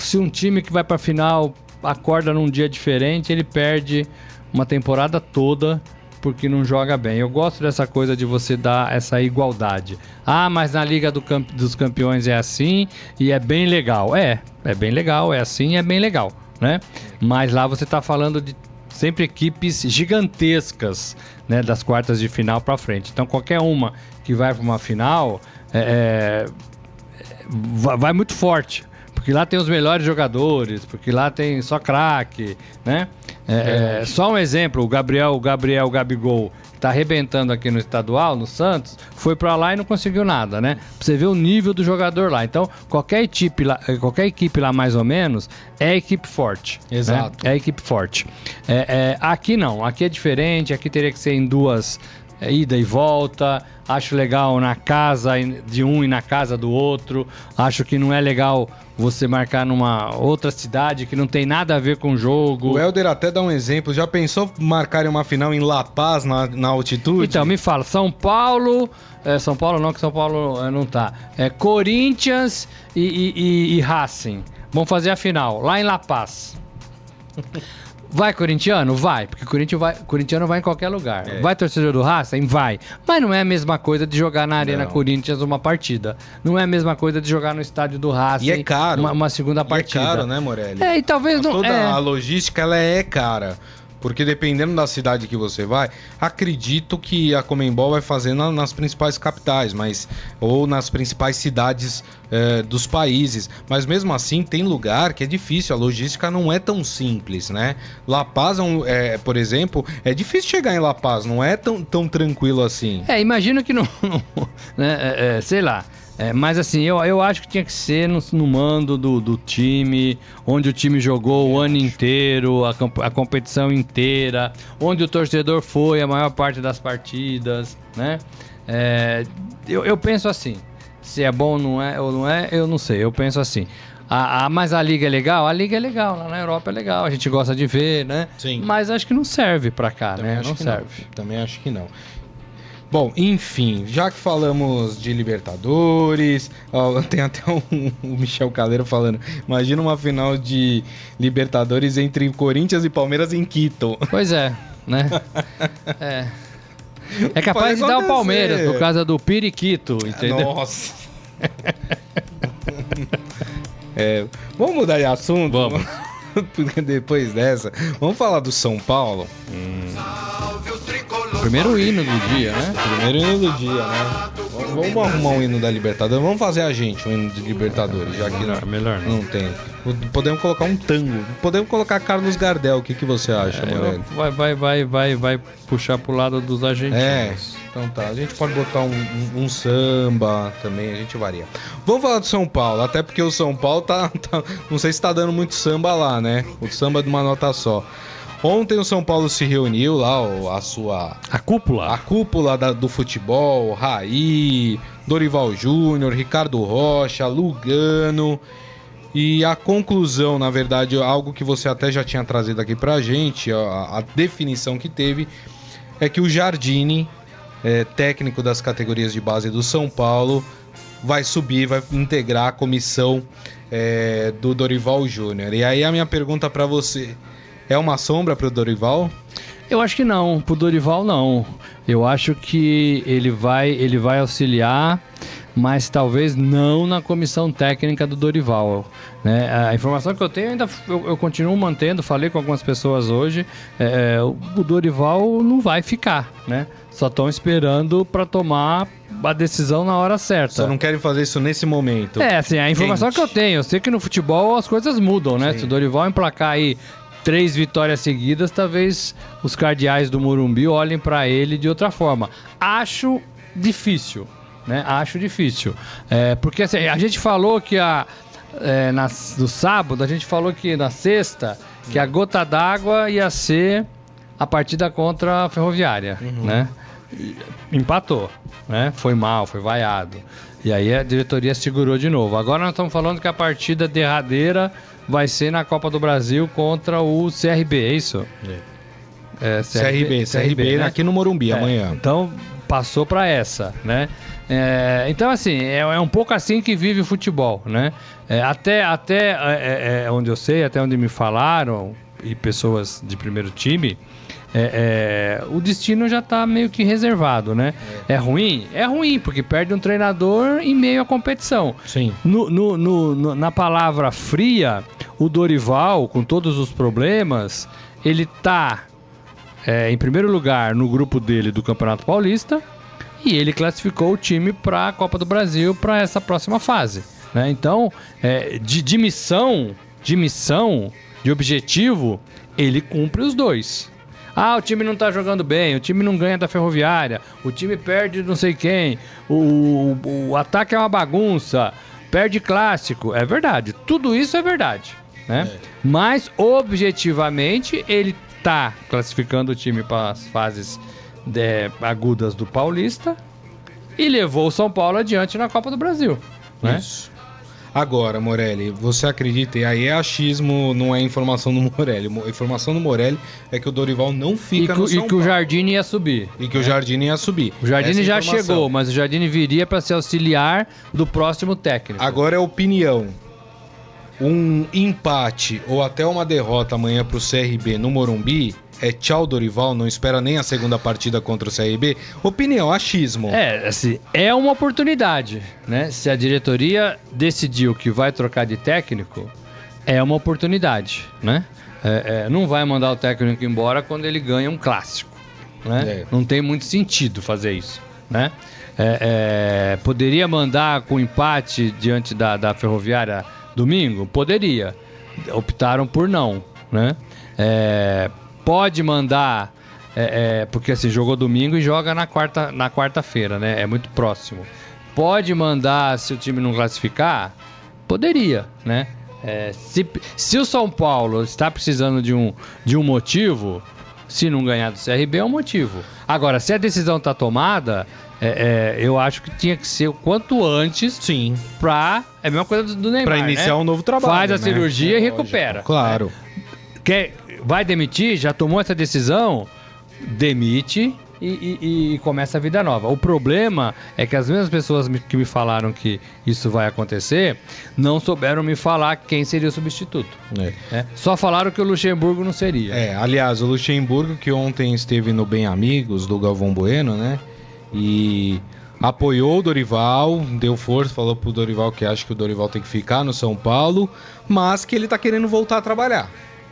se um time que vai pra final acorda num dia diferente, ele perde uma temporada toda porque não joga bem. Eu gosto dessa coisa de você dar essa igualdade. Ah, mas na Liga do Camp- dos Campeões é assim e é bem legal. É, é bem legal, é assim e é bem legal, né? Mas lá você tá falando de sempre equipes gigantescas, né, das quartas de final para frente. Então qualquer uma que vai para uma final é, vai, vai muito forte, porque lá tem os melhores jogadores, porque lá tem só craque, né? É, é, só um exemplo, o Gabriel, o Gabriel Gabigol, que tá arrebentando aqui no estadual, no Santos, foi para lá e não conseguiu nada, né? Pra você ver o nível do jogador lá. Então, qualquer equipe lá, qualquer equipe lá mais ou menos, é equipe forte. Exato. Né? É equipe forte. É, é, aqui não, aqui é diferente, aqui teria que ser em duas... É, ida e volta. Acho legal na casa de um e na casa do outro. Acho que não é legal você marcar numa outra cidade que não tem nada a ver com o jogo. O Helder até dá um exemplo. Já pensou marcar uma final em La Paz, na, na altitude? Então, me fala, São Paulo... É, São Paulo não, que São Paulo é, não tá. É Corinthians e, e, e, e Racing. Vamos fazer a final, lá em La Paz. Vai corintiano? Vai, porque Corinthians vai, corintiano vai em qualquer lugar. É. Vai torcedor do Racing? Vai. Mas não é a mesma coisa de jogar na Arena não. Corinthians uma partida. Não é a mesma coisa de jogar no estádio do Racing. E é caro. Uma, uma segunda e partida. É caro, né, Morelli? É, e talvez não... Toda é. a logística, ela é cara. Porque dependendo da cidade que você vai, acredito que a Conmebol vai fazer na, nas principais capitais, mas ou nas principais cidades é, dos países. Mas mesmo assim tem lugar que é difícil, a logística não é tão simples, né? La Paz, é, por exemplo, é difícil chegar em La Paz, não é tão, tão tranquilo assim. É, imagino que não, não né, é, é, sei lá. É, mas assim, eu, eu acho que tinha que ser no, no mando do, do time, onde o time jogou o ano inteiro, a, a competição inteira, onde o torcedor foi a maior parte das partidas, né? É, eu, eu penso assim, se é bom não é, ou não é, eu não sei, eu penso assim. A, a, mas a Liga é legal? A Liga é legal, lá na Europa é legal, a gente gosta de ver, né? Sim. Mas acho que não serve pra cá, Também né? Acho Não que serve. Não. Também acho que não. Bom, enfim, já que falamos de Libertadores, ó, tem até um, o Michel Caleiro falando, imagina uma final de Libertadores entre Corinthians e Palmeiras em Quito. Pois é, né? É, é capaz de dar o Palmeiras, por causa do Periquito, entendeu? Nossa. É, vamos mudar de assunto? Vamos. Porque depois dessa, vamos falar do São Paulo? Hum. Primeiro hino do dia, né? Primeiro hino do dia, né? Vamos, vamos arrumar um hino da Libertadores. Vamos fazer a gente um hino de Libertadores, já que melhor, não, melhor não. não tem. Podemos colocar um tango. Podemos colocar Carlos Gardel. O que, que você acha, é, Morelli? Vai, vai, vai, vai, vai puxar pro lado dos argentinos. É, então tá. A gente pode botar um, um, um samba também, a gente varia. Vamos falar do São Paulo, até porque o São Paulo tá, tá... Não sei se tá dando muito samba lá, né? O samba de uma nota só. Ontem o São Paulo se reuniu lá, a sua... A cúpula. A cúpula da, do futebol, Raí, Dorival Júnior, Ricardo Rocha, Lugano. E a conclusão, na verdade, algo que você até já tinha trazido aqui pra gente, a, a definição que teve, é que o Jardine, é, técnico das categorias de base do São Paulo, vai subir, vai integrar a comissão é, do Dorival Júnior. E aí a minha pergunta pra você... É uma sombra para o Dorival? Eu acho que não, pro Dorival não. Eu acho que ele vai, ele vai auxiliar, mas talvez não na comissão técnica do Dorival, né? A informação que eu tenho ainda eu, eu continuo mantendo, falei com algumas pessoas hoje, é, o Dorival não vai ficar, né? Só estão esperando para tomar a decisão na hora certa. Só não querem fazer isso nesse momento. É, assim, a informação Quente. que eu tenho, eu sei que no futebol as coisas mudam, né? Sim. Se o Dorival emplacar aí três vitórias seguidas, talvez os cardeais do Morumbi olhem para ele de outra forma. Acho difícil, né? Acho difícil. É, porque assim, a gente falou que a, é, na, no sábado, a gente falou que na sexta, que a gota d'água ia ser a partida contra a Ferroviária, uhum. né? Empatou, né? Foi mal, foi vaiado. E aí a diretoria segurou de novo. Agora nós estamos falando que a partida derradeira vai ser na Copa do Brasil contra o C R B, é isso? É. É, C R B, C R B, né? Aqui no Morumbi, é, amanhã. Então, passou para essa, né? É, então, assim, é, é um pouco assim que vive o futebol, né? É, até até é, é, onde eu sei, até onde me falaram, e pessoas de primeiro time, é, é, o destino já está meio que reservado, né? É. é ruim? É ruim, porque perde um treinador em meio à competição. Sim. No, no, no, no, na palavra fria, o Dorival, com todos os problemas, ele está, é, em primeiro lugar, no grupo dele do Campeonato Paulista, e ele classificou o time para a Copa do Brasil para essa próxima fase, né? Então, é, de, de missão, de missão, de objetivo, ele cumpre os dois. Ah, o time não tá jogando bem, o time não ganha da Ferroviária, o time perde não sei quem, o, o, o ataque é uma bagunça, perde clássico. É verdade, tudo isso é verdade, né? É. Mas, objetivamente, ele tá classificando o time para as fases de, agudas do Paulista e levou o São Paulo adiante na Copa do Brasil, né? Isso. Agora, Morelli, você acredita, e aí é achismo, não é informação do Morelli. A informação do Morelli é que o Dorival não fica que, no São Paulo. E que Paulo. o Jardine ia subir. E que é. o Jardine ia subir. O Jardine já chegou, mas o Jardine viria para ser auxiliar do próximo técnico. Agora é opinião. Um empate ou até uma derrota amanhã pro C R B no Morumbi é tchau Dorival, não espera nem a segunda partida contra o C R B? Opinião, achismo. É, assim, é uma oportunidade, né? Se a diretoria decidiu que vai trocar de técnico, é uma oportunidade, né? É, é, não vai mandar o técnico embora quando ele ganha um clássico, né? É. Não tem muito sentido fazer isso, né? É, é, poderia mandar com empate diante da, da Ferroviária domingo? Poderia. Optaram por não, né? É, pode mandar, é, é, porque assim, jogou domingo e joga na quarta, na quarta-feira, né? É muito próximo. Pode mandar se o time não classificar? Poderia, né? É, se, se o São Paulo está precisando de um, de um motivo, se não ganhar do C R B é um motivo. Agora, se a decisão está tomada, é, é, eu acho que tinha que ser o quanto antes. Sim. Pra, é a mesma coisa do Neymar, pra iniciar, né? Um novo trabalho. Faz a né? cirurgia é, e recupera. Lógico. Claro. Né? Quer, vai demitir? Já tomou essa decisão? Demite e, e, e começa a vida nova. O problema é que as mesmas pessoas que me falaram que isso vai acontecer não souberam me falar quem seria o substituto. É. É. Só falaram que o Luxemburgo não seria. É, aliás, o Luxemburgo, que ontem esteve no Bem Amigos do Galvão Bueno, né? E apoiou o Dorival, deu força, falou pro Dorival que acha que o Dorival tem que ficar no São Paulo, mas que ele tá querendo voltar a trabalhar.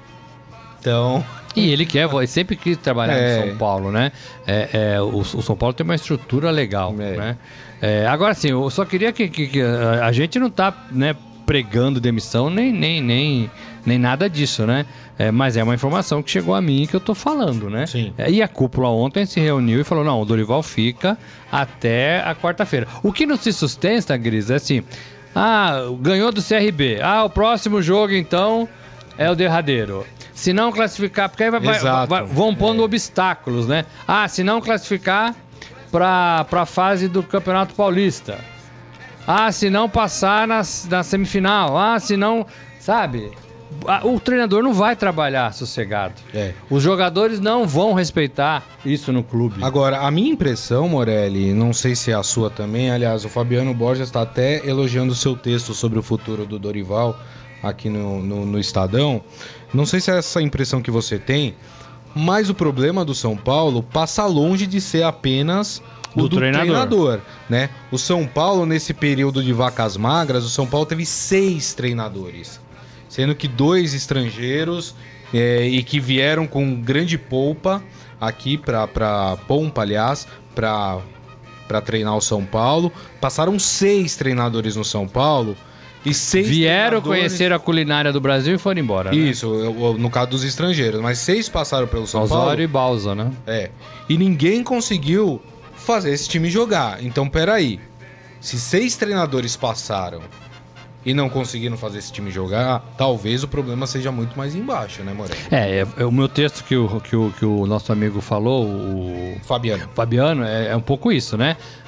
Então... E ele quer, ele sempre quis trabalhar é. no São Paulo, né? É, é, o, o São Paulo tem uma estrutura legal, é. né? É, agora, sim, eu só queria que, que, que a gente não tá, né, pregando demissão, nem, nem, nem, nem nada disso, né? É, mas é uma informação que chegou a mim que eu tô falando, né? Sim. É, e a cúpula ontem se reuniu e falou, não, o Dorival fica até a quarta-feira. O que não se sustenta, Gris, é assim, ah, ganhou do C R B, ah, o próximo jogo, então, é o derradeiro. Se não classificar, porque aí vai, vai, vai, vão pondo é. obstáculos, né? Ah, se não classificar para a fase do Campeonato Paulista. Ah, se não passar na, na semifinal. Ah, se não... Sabe? O treinador não vai trabalhar sossegado. É. Os jogadores não vão respeitar isso no clube. Agora, a minha impressão, Morelli, não sei se é a sua também, aliás, o Fabiano Borges está até elogiando o seu texto sobre o futuro do Dorival aqui no, no, no Estadão. Não sei se é essa impressão que você tem, mas o problema do São Paulo passa longe de ser apenas o do, do treinador. treinador, né? O São Paulo, nesse período de vacas magras, o São Paulo teve seis treinadores, sendo que dois estrangeiros é, e que vieram com grande polpa aqui para para pompa, aliás, para para treinar o São Paulo. Passaram seis treinadores no São Paulo. E seis vieram conhecer a culinária do Brasil e foram embora. Né? Isso, no caso dos estrangeiros. Mas seis passaram pelo São Osório Paulo. Osório e Balsa, né? É. E ninguém conseguiu fazer esse time jogar. Então, peraí. Se seis treinadores passaram e não conseguiram fazer esse time jogar, talvez o problema seja muito mais embaixo, né, Moreno? É, é, é o meu texto que o, que, o, que o nosso amigo falou, o Fabiano, Fabiano é, é um pouco isso, né?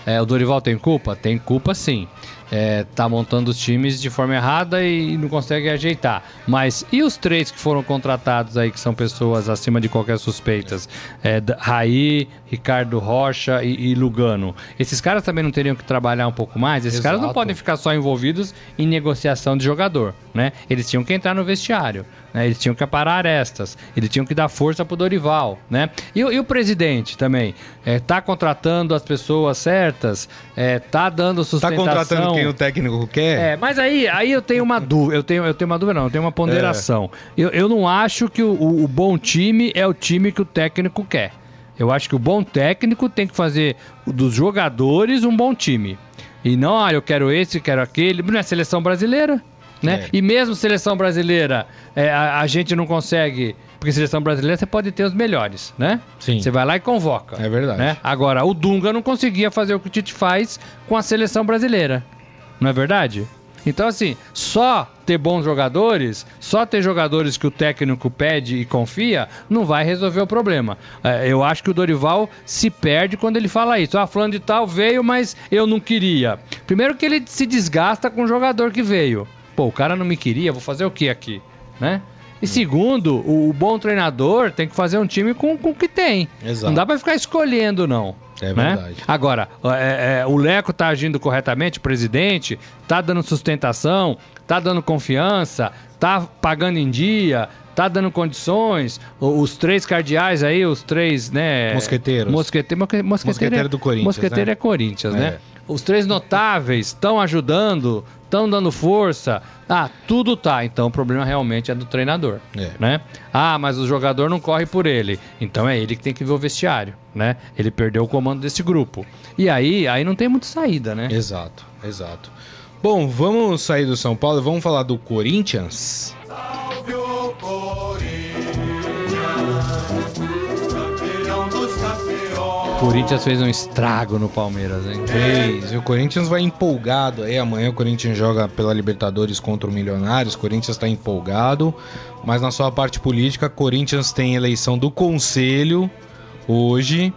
É, o Dorival tem culpa? Tem culpa, sim. É, tá montando os times de forma errada e não consegue ajeitar. Mas e os três que foram contratados aí, que são pessoas acima de qualquer suspeitas? É, Raí, Ricardo Rocha e, e Lugano. Esses caras também não teriam que trabalhar um pouco mais? Esses Exato. caras não podem ficar só envolvidos em negociação de jogador, né? Eles tinham que entrar no vestiário, né? Eles tinham que aparar arestas, eles tinham que dar força pro Dorival, né? E, e o presidente também? É, tá contratando as pessoas certas? É, tá dando sustentação... Tá contratando quem o técnico quer? É, mas aí, aí eu tenho uma dúvida, eu tenho, eu tenho uma dúvida não, eu tenho uma ponderação. É. Eu, eu não acho que o, o, o bom time é o time que o técnico quer. Eu acho que o bom técnico tem que fazer dos jogadores um bom time. E não, ah, eu quero esse, quero aquele. Não é seleção brasileira, né? É. E mesmo seleção brasileira, é, a, a gente não consegue... Porque seleção brasileira você pode ter os melhores, né? Sim. Você vai lá e convoca. É verdade. Né? Agora, o Dunga não conseguia fazer o que o Tite faz com a seleção brasileira. Não é verdade? Então, assim, só ter bons jogadores, só ter jogadores que o técnico pede e confia, não vai resolver o problema. É, eu acho que o Dorival se perde quando ele fala isso. Ah, fulano de tal veio, mas eu não queria. Primeiro que ele se desgasta com o jogador que veio. Pô, o cara não me queria, vou fazer o que aqui? Né? E segundo, o, o bom treinador tem que fazer um time com, com o que tem. Exato. Não dá pra ficar escolhendo, não. É né? verdade. Agora, é, é, o Leco tá agindo corretamente, o presidente, tá dando sustentação, tá dando confiança, tá pagando em dia, tá dando condições. O, os três cardeais aí, os três, né? Mosqueteiros. Mosquete, mosque, mosqueteiro, Mosqueteiro é, do Corinthians. Mosqueteiro né? é Corinthians, é. né? Os três notáveis estão ajudando, estão dando força. Ah, tudo tá. Então o problema realmente é do treinador, É. né? Ah, mas o jogador não corre por ele. Então é ele que tem que ver o vestiário, né? Ele perdeu o comando desse grupo. E aí, aí não tem muita saída, né? Exato, exato. Bom, vamos sair do São Paulo e vamos falar do Corinthians. Salve o Corinthians, campeão dos campeões. O Corinthians fez um estrago no Palmeiras, hein? Fez. E o Corinthians vai empolgado aí. Amanhã o Corinthians joga pela Libertadores contra o Milionários. O Corinthians está empolgado. Mas na sua parte política, o Corinthians tem eleição do Conselho hoje.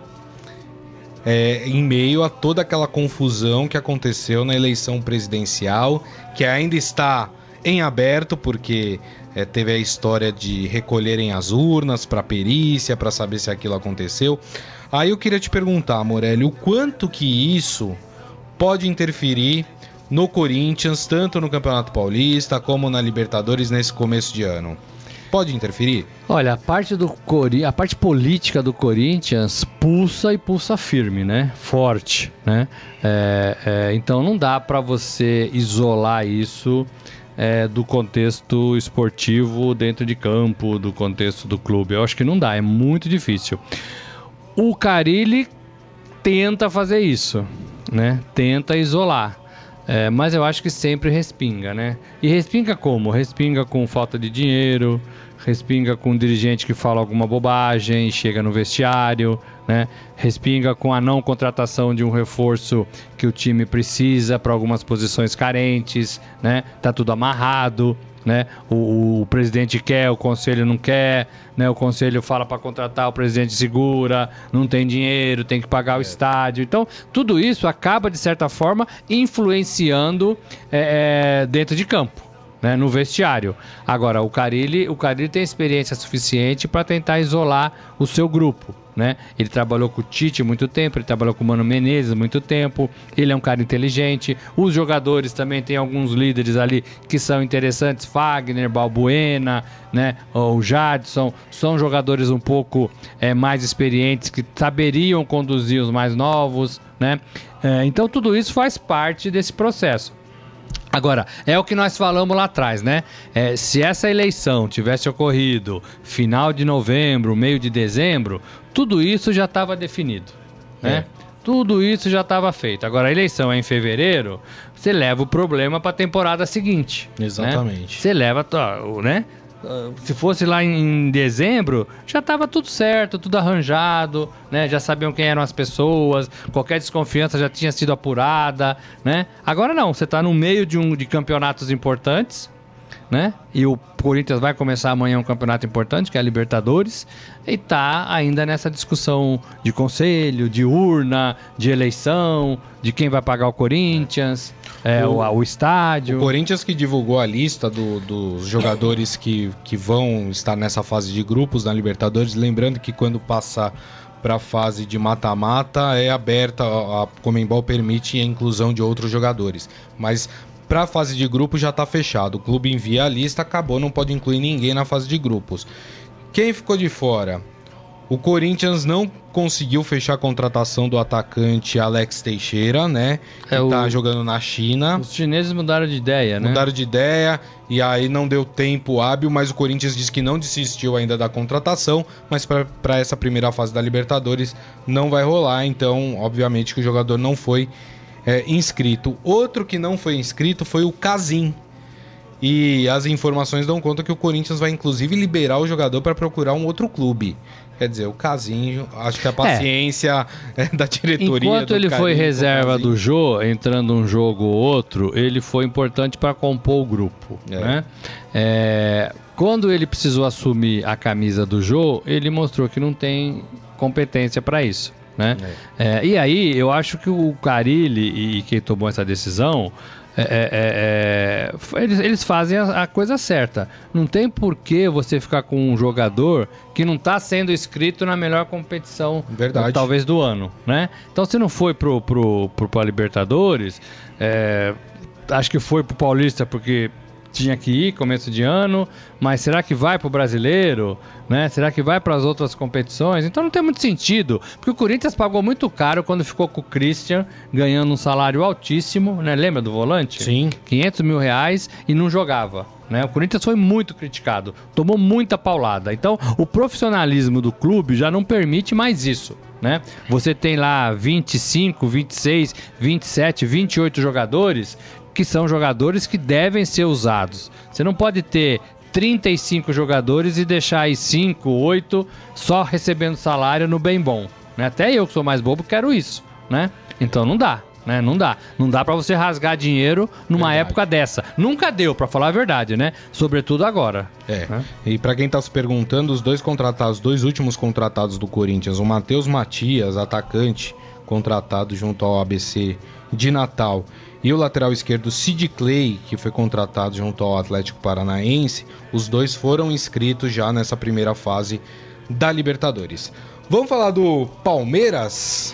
É, em meio a toda aquela confusão que aconteceu na eleição presidencial, que ainda está em aberto, porque é, teve a história de recolherem as urnas para perícia, para saber se aquilo aconteceu. Aí eu queria te perguntar, Morelli, o quanto que isso pode interferir no Corinthians, tanto no Campeonato Paulista como na Libertadores nesse começo de ano? Pode interferir? Olha, a parte, do Cori... a parte política do Corinthians pulsa e pulsa firme, né? Forte, né? É, é, então não dá para você isolar isso é, do contexto esportivo dentro de campo, do contexto do clube. Eu acho que não dá, é muito difícil. O Carille tenta fazer isso, né? Tenta isolar. É, mas eu acho que sempre respinga, né? E respinga como? Respinga com falta de dinheiro, respinga com um dirigente que fala alguma bobagem, chega no vestiário, né? Respinga com a não contratação de um reforço que o time precisa para algumas posições carentes, né? Tá tudo amarrado, né? O, o presidente quer, o conselho não quer, né? O conselho fala para contratar, o presidente segura, não tem dinheiro, tem que pagar o estádio. Então, tudo isso acaba, de certa forma, influenciando é, dentro de campo, né? No vestiário. Agora, o Carille, o Carille tem experiência suficiente para tentar isolar o seu grupo, né? Ele trabalhou com o Tite muito tempo, ele trabalhou com o Mano Menezes muito tempo, ele é um cara inteligente, os jogadores também tem alguns líderes ali que são interessantes, Fagner, Balbuena, né? O Jadson, são jogadores um pouco é, mais experientes, que saberiam conduzir os mais novos, né? É, então tudo isso faz parte desse processo. Agora, é o que nós falamos lá atrás, né? É, se essa eleição tivesse ocorrido final de novembro, meio de dezembro, tudo isso já estava definido, né? É. Tudo isso já estava feito. Agora, a eleição é em fevereiro, você leva o problema para a temporada seguinte. Exatamente. Né? Você leva, né? Se fosse lá em dezembro, já estava tudo certo, tudo arranjado, né? Já sabiam quem eram as pessoas, qualquer desconfiança já tinha sido apurada, né? Agora não, você está no meio de, um, de campeonatos importantes, né? E o Corinthians vai começar amanhã um campeonato importante, que é a Libertadores, e tá ainda nessa discussão de conselho, de urna, de eleição, de quem vai pagar o Corinthians, é, o, o, o estádio. O Corinthians que divulgou a lista do, dos jogadores que, que vão estar nessa fase de grupos na Libertadores, lembrando que quando passar para a fase de mata-mata é aberta, a Conmebol permite a inclusão de outros jogadores, mas para a fase de grupos já está fechado. O clube envia a lista, acabou, não pode incluir ninguém na fase de grupos. Quem ficou de fora? O Corinthians não conseguiu fechar a contratação do atacante Alex Teixeira, né? Que É o- tá jogando na China. Os chineses mudaram de ideia, né? Mudaram de ideia e aí não deu tempo hábil, mas o Corinthians disse que não desistiu ainda da contratação, mas para essa primeira fase da Libertadores não vai rolar, então obviamente que o jogador não foi é, inscrito. Outro que não foi inscrito foi o Casim. E as informações dão conta que o Corinthians vai inclusive liberar o jogador para procurar um outro clube. Quer dizer, o Casim, acho que a paciência é. da diretoria... Enquanto do ele foi Casim, reserva Casim. do Jô, entrando um jogo ou outro, ele foi importante para compor o grupo, É. né? É, quando ele precisou assumir a camisa do Jô, ele mostrou que não tem competência para isso, né? É, e aí, eu acho que o Carille e quem tomou essa decisão... É, é, é, eles, eles fazem a, a coisa certa. Não tem por que você ficar com um jogador que não está sendo inscrito na melhor competição, Verdade. talvez, do ano, né? Então, se não foi pro, pro, pro, pro Libertadores, é, acho que foi pro Paulista porque tinha que ir, começo de ano, mas será que vai pro Brasileiro, né? Será que vai para as outras competições? Então não tem muito sentido, porque o Corinthians pagou muito caro quando ficou com o Christian, ganhando um salário altíssimo, né? Lembra do volante? Sim. quinhentos mil reais e não jogava, né? O Corinthians foi muito criticado, tomou muita paulada. Então o profissionalismo do clube já não permite mais isso, né? Você tem lá vinte e cinco, vinte e seis, vinte e sete, vinte e oito jogadores que são jogadores que devem ser usados. Você não pode ter trinta e cinco jogadores e deixar aí cinco, oito só recebendo salário no bem bom, né? Até eu que sou mais bobo quero isso, né? Então não dá, né? Não dá. Não dá pra você rasgar dinheiro numa Verdade. época dessa. Nunca deu, pra falar a verdade, né? Sobretudo agora. É. Né? E pra quem tá se perguntando, os dois contratados, os dois últimos contratados do Corinthians, o Matheus Matias, atacante, contratado junto ao A B C de Natal, e o lateral esquerdo Sid Clay, que foi contratado junto ao Atlético Paranaense, os dois foram inscritos já nessa primeira fase da Libertadores. Vamos falar do Palmeiras?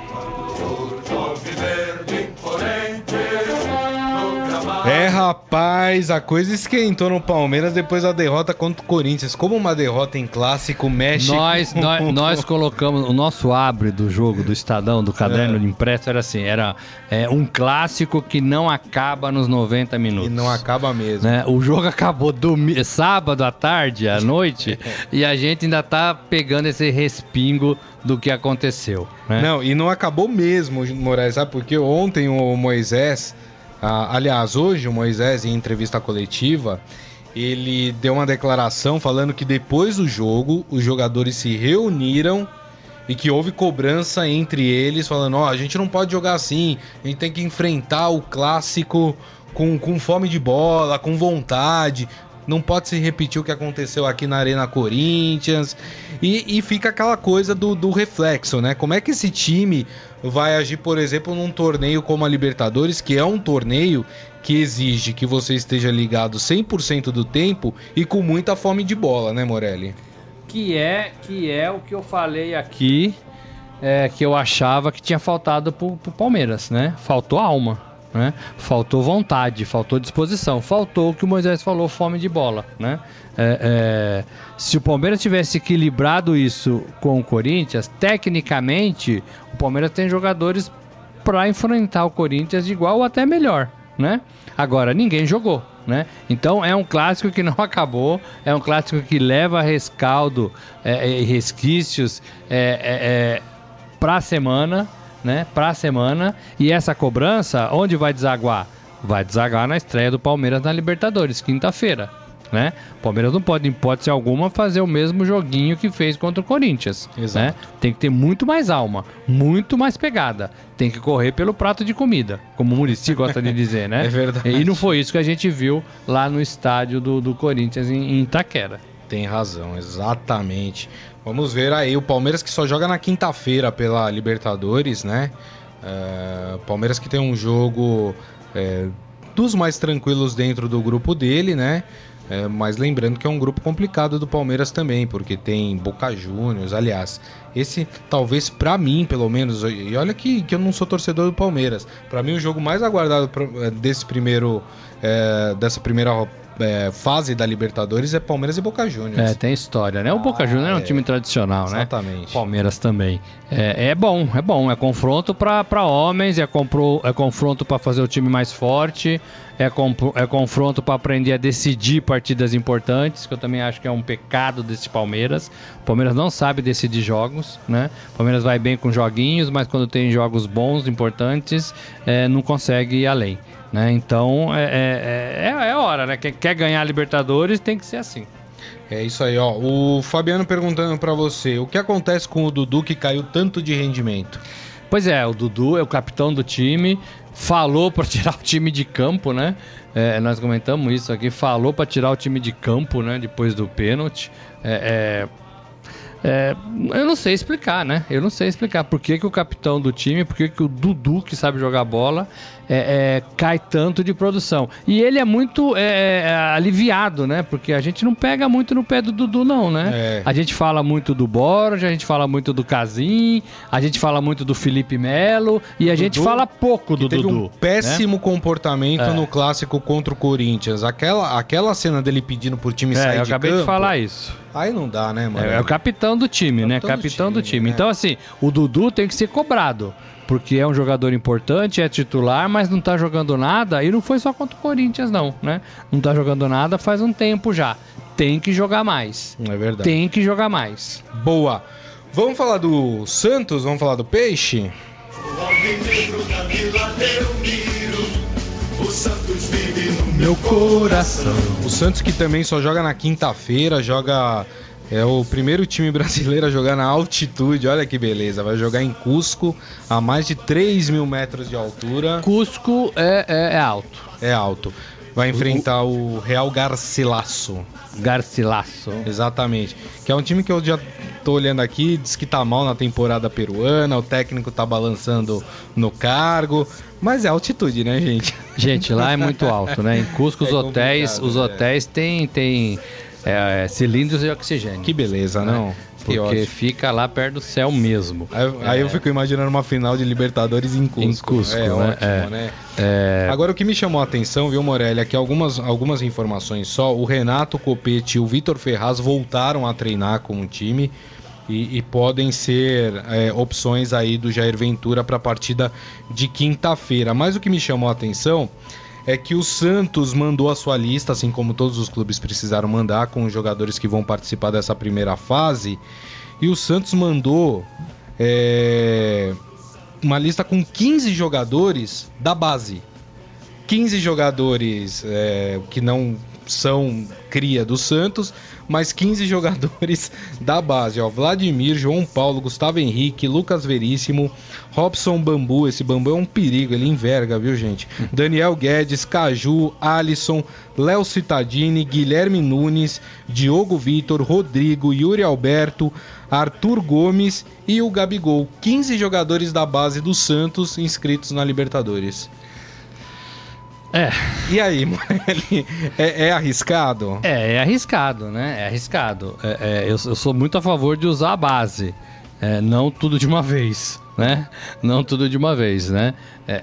Alviverde imponente, no gramado. É, rapaz, a coisa esquentou no Palmeiras depois da derrota contra o Corinthians. Como uma derrota em clássico mexe Nós, com- nós, nós colocamos o nosso abre do jogo do Estadão, do caderno É. de impresso, era assim, era é, um clássico que não acaba nos noventa minutos. E não acaba mesmo. Né? O jogo acabou domi- sábado à tarde, à noite, e a gente ainda tá pegando esse respingo do que aconteceu, né? Não, e não acabou mesmo, Moraes, sabe? Porque ontem o Moisés, ah, aliás, hoje o Moisés, em entrevista coletiva, ele deu uma declaração falando que depois do jogo, os jogadores se reuniram e que houve cobrança entre eles, falando, ó, a gente não pode jogar assim, a gente tem que enfrentar o clássico com, com fome de bola, com vontade, não pode se repetir o que aconteceu aqui na Arena Corinthians, e, e fica aquela coisa do, do reflexo, né? Como é que esse time vai agir, por exemplo, num torneio como a Libertadores, que é um torneio que exige que você esteja ligado cem por cento do tempo e com muita fome de bola, né, Morelli? Que é, que é o que eu falei aqui, é, que eu achava que tinha faltado pro, pro Palmeiras, né? Faltou alma, né? Faltou vontade, faltou disposição, faltou o que o Moisés falou, fome de bola, né? É, é, se o Palmeiras tivesse equilibrado isso com o Corinthians, tecnicamente, o Palmeiras tem jogadores para enfrentar o Corinthians de igual ou até melhor, né? Agora, ninguém jogou, né? Então é um clássico que não acabou, é um clássico que leva rescaldo e é, resquícios é, é, é, para a semana, né? Para a semana, e essa cobrança, onde vai desaguar? Vai desaguar na estreia do Palmeiras na Libertadores, quinta-feira, né? O Palmeiras não pode, em hipótese alguma, fazer o mesmo joguinho que fez contra o Corinthians. Exato. Né? Tem que ter muito mais alma, muito mais pegada. Tem que correr pelo prato de comida, como o Muricy gosta de dizer, né? É verdade. E não foi isso que a gente viu lá no estádio do, do Corinthians em, em Itaquera. Tem razão, exatamente. Vamos ver aí, o Palmeiras que só joga na quinta-feira pela Libertadores, né? É, Palmeiras que tem um jogo é, dos mais tranquilos dentro do grupo dele, né? É, mas lembrando que é um grupo complicado do Palmeiras também, porque tem Boca Juniors, aliás, esse talvez pra mim, pelo menos, e olha que, que eu não sou torcedor do Palmeiras, pra mim o jogo mais aguardado desse primeiro, é, dessa primeira é, fase da Libertadores é Palmeiras e Boca Juniors. É, tem história, né? O Boca Ah, Juniors é um é. time tradicional, né? Exatamente. Palmeiras também. É, é bom, é bom. É confronto para homens, é, compro, é confronto para fazer o time mais forte, é, compro, é confronto para aprender a decidir partidas importantes, que eu também acho que é um pecado desse Palmeiras. O Palmeiras não sabe decidir jogos, né? O Palmeiras vai bem com joguinhos, mas quando tem jogos bons, importantes, é, não consegue ir além. Né? Então é, é, é, é hora, né? Quem quer ganhar a Libertadores tem que ser assim. É isso aí, ó. O Fabiano perguntando pra você, o que acontece com o Dudu que caiu tanto de rendimento? Pois é, o Dudu é o capitão do time, falou para tirar o time de campo, né? É, nós comentamos isso aqui, falou para tirar o time de campo, né? Depois do pênalti. É, é, é, eu não sei explicar, né? Eu não sei explicar por que, que o capitão do time, por que, que o Dudu, que sabe jogar bola, é, é, cai tanto de produção. E ele é muito é, é, aliviado, né? Porque a gente não pega muito no pé do Dudu, não, né? É. A gente fala muito do Borja, a gente fala muito do Casim, a gente fala muito do Felipe Melo e a Dudu, gente fala pouco do que teve Dudu. um péssimo né? comportamento É. no clássico contra o Corinthians. Aquela, aquela cena dele pedindo pro time É, sair eu de acabei campo, de falar isso. aí não dá, né, mano? É, é o capitão do time, né? Capitão do Capitão do time, time. né? Então, assim, o Dudu tem que ser cobrado. Porque é um jogador importante, é titular, mas não tá jogando nada. E não foi só contra o Corinthians, não, né? Não tá jogando nada faz um tempo já. Tem que jogar mais. É verdade. Tem que jogar mais. Boa. Vamos falar do Santos? Vamos falar do Peixe? O alvinegro da Vila Belmiro, o Santos vive no meu coração. O Santos que também só joga na quinta-feira, joga... É o primeiro time brasileiro a jogar na altitude, olha que beleza. Vai jogar em Cusco, a mais de três mil metros de altura. Cusco é, é, é alto. É alto. Vai enfrentar o Real Garcilaso. Garcilaso. Exatamente. Que é um time que eu já tô olhando aqui, diz que tá mal na temporada peruana, o técnico tá balançando no cargo. Mas é altitude, né, gente? Gente, lá é muito alto, né? Em Cusco os É hotéis, complicado, os é. hotéis têm tem, é, cilindros de oxigênio. Que beleza, não? Que Porque ótimo. fica lá perto do céu mesmo. Aí, aí eu fico imaginando uma final de Libertadores em Cusco. Em Cusco, é né? ótimo, É. né? É, Agora o que me chamou a atenção, viu, Morelli, aqui algumas, algumas informações só. O Renato Copete e o Vitor Ferraz voltaram a treinar com o time e, e podem ser é, opções aí do Jair Ventura para a partida de quinta-feira. Mas o que me chamou a atenção é que o Santos mandou a sua lista, assim como todos os clubes precisaram mandar, com os jogadores que vão participar dessa primeira fase. E o Santos mandou é, uma lista com quinze jogadores da base. quinze jogadores é, que não são cria do Santos, mas quinze jogadores da base. Ó, Vladimir, João Paulo, Gustavo Henrique, Lucas Veríssimo, Robson Bambu. Esse Bambu é um perigo, ele enverga, viu, gente? Daniel Guedes, Caju, Alisson, Léo Cittadini, Guilherme Nunes, Diogo Vitor, Rodrigo, Yuri Alberto, Arthur Gomes e o Gabigol. quinze jogadores da base do Santos inscritos na Libertadores. é, E aí, Morelli, é, é arriscado? é, é arriscado, né? É arriscado. É, é, eu, eu sou muito a favor de usar a base. É, não tudo de uma vez, né? Não tudo de uma vez, né? É,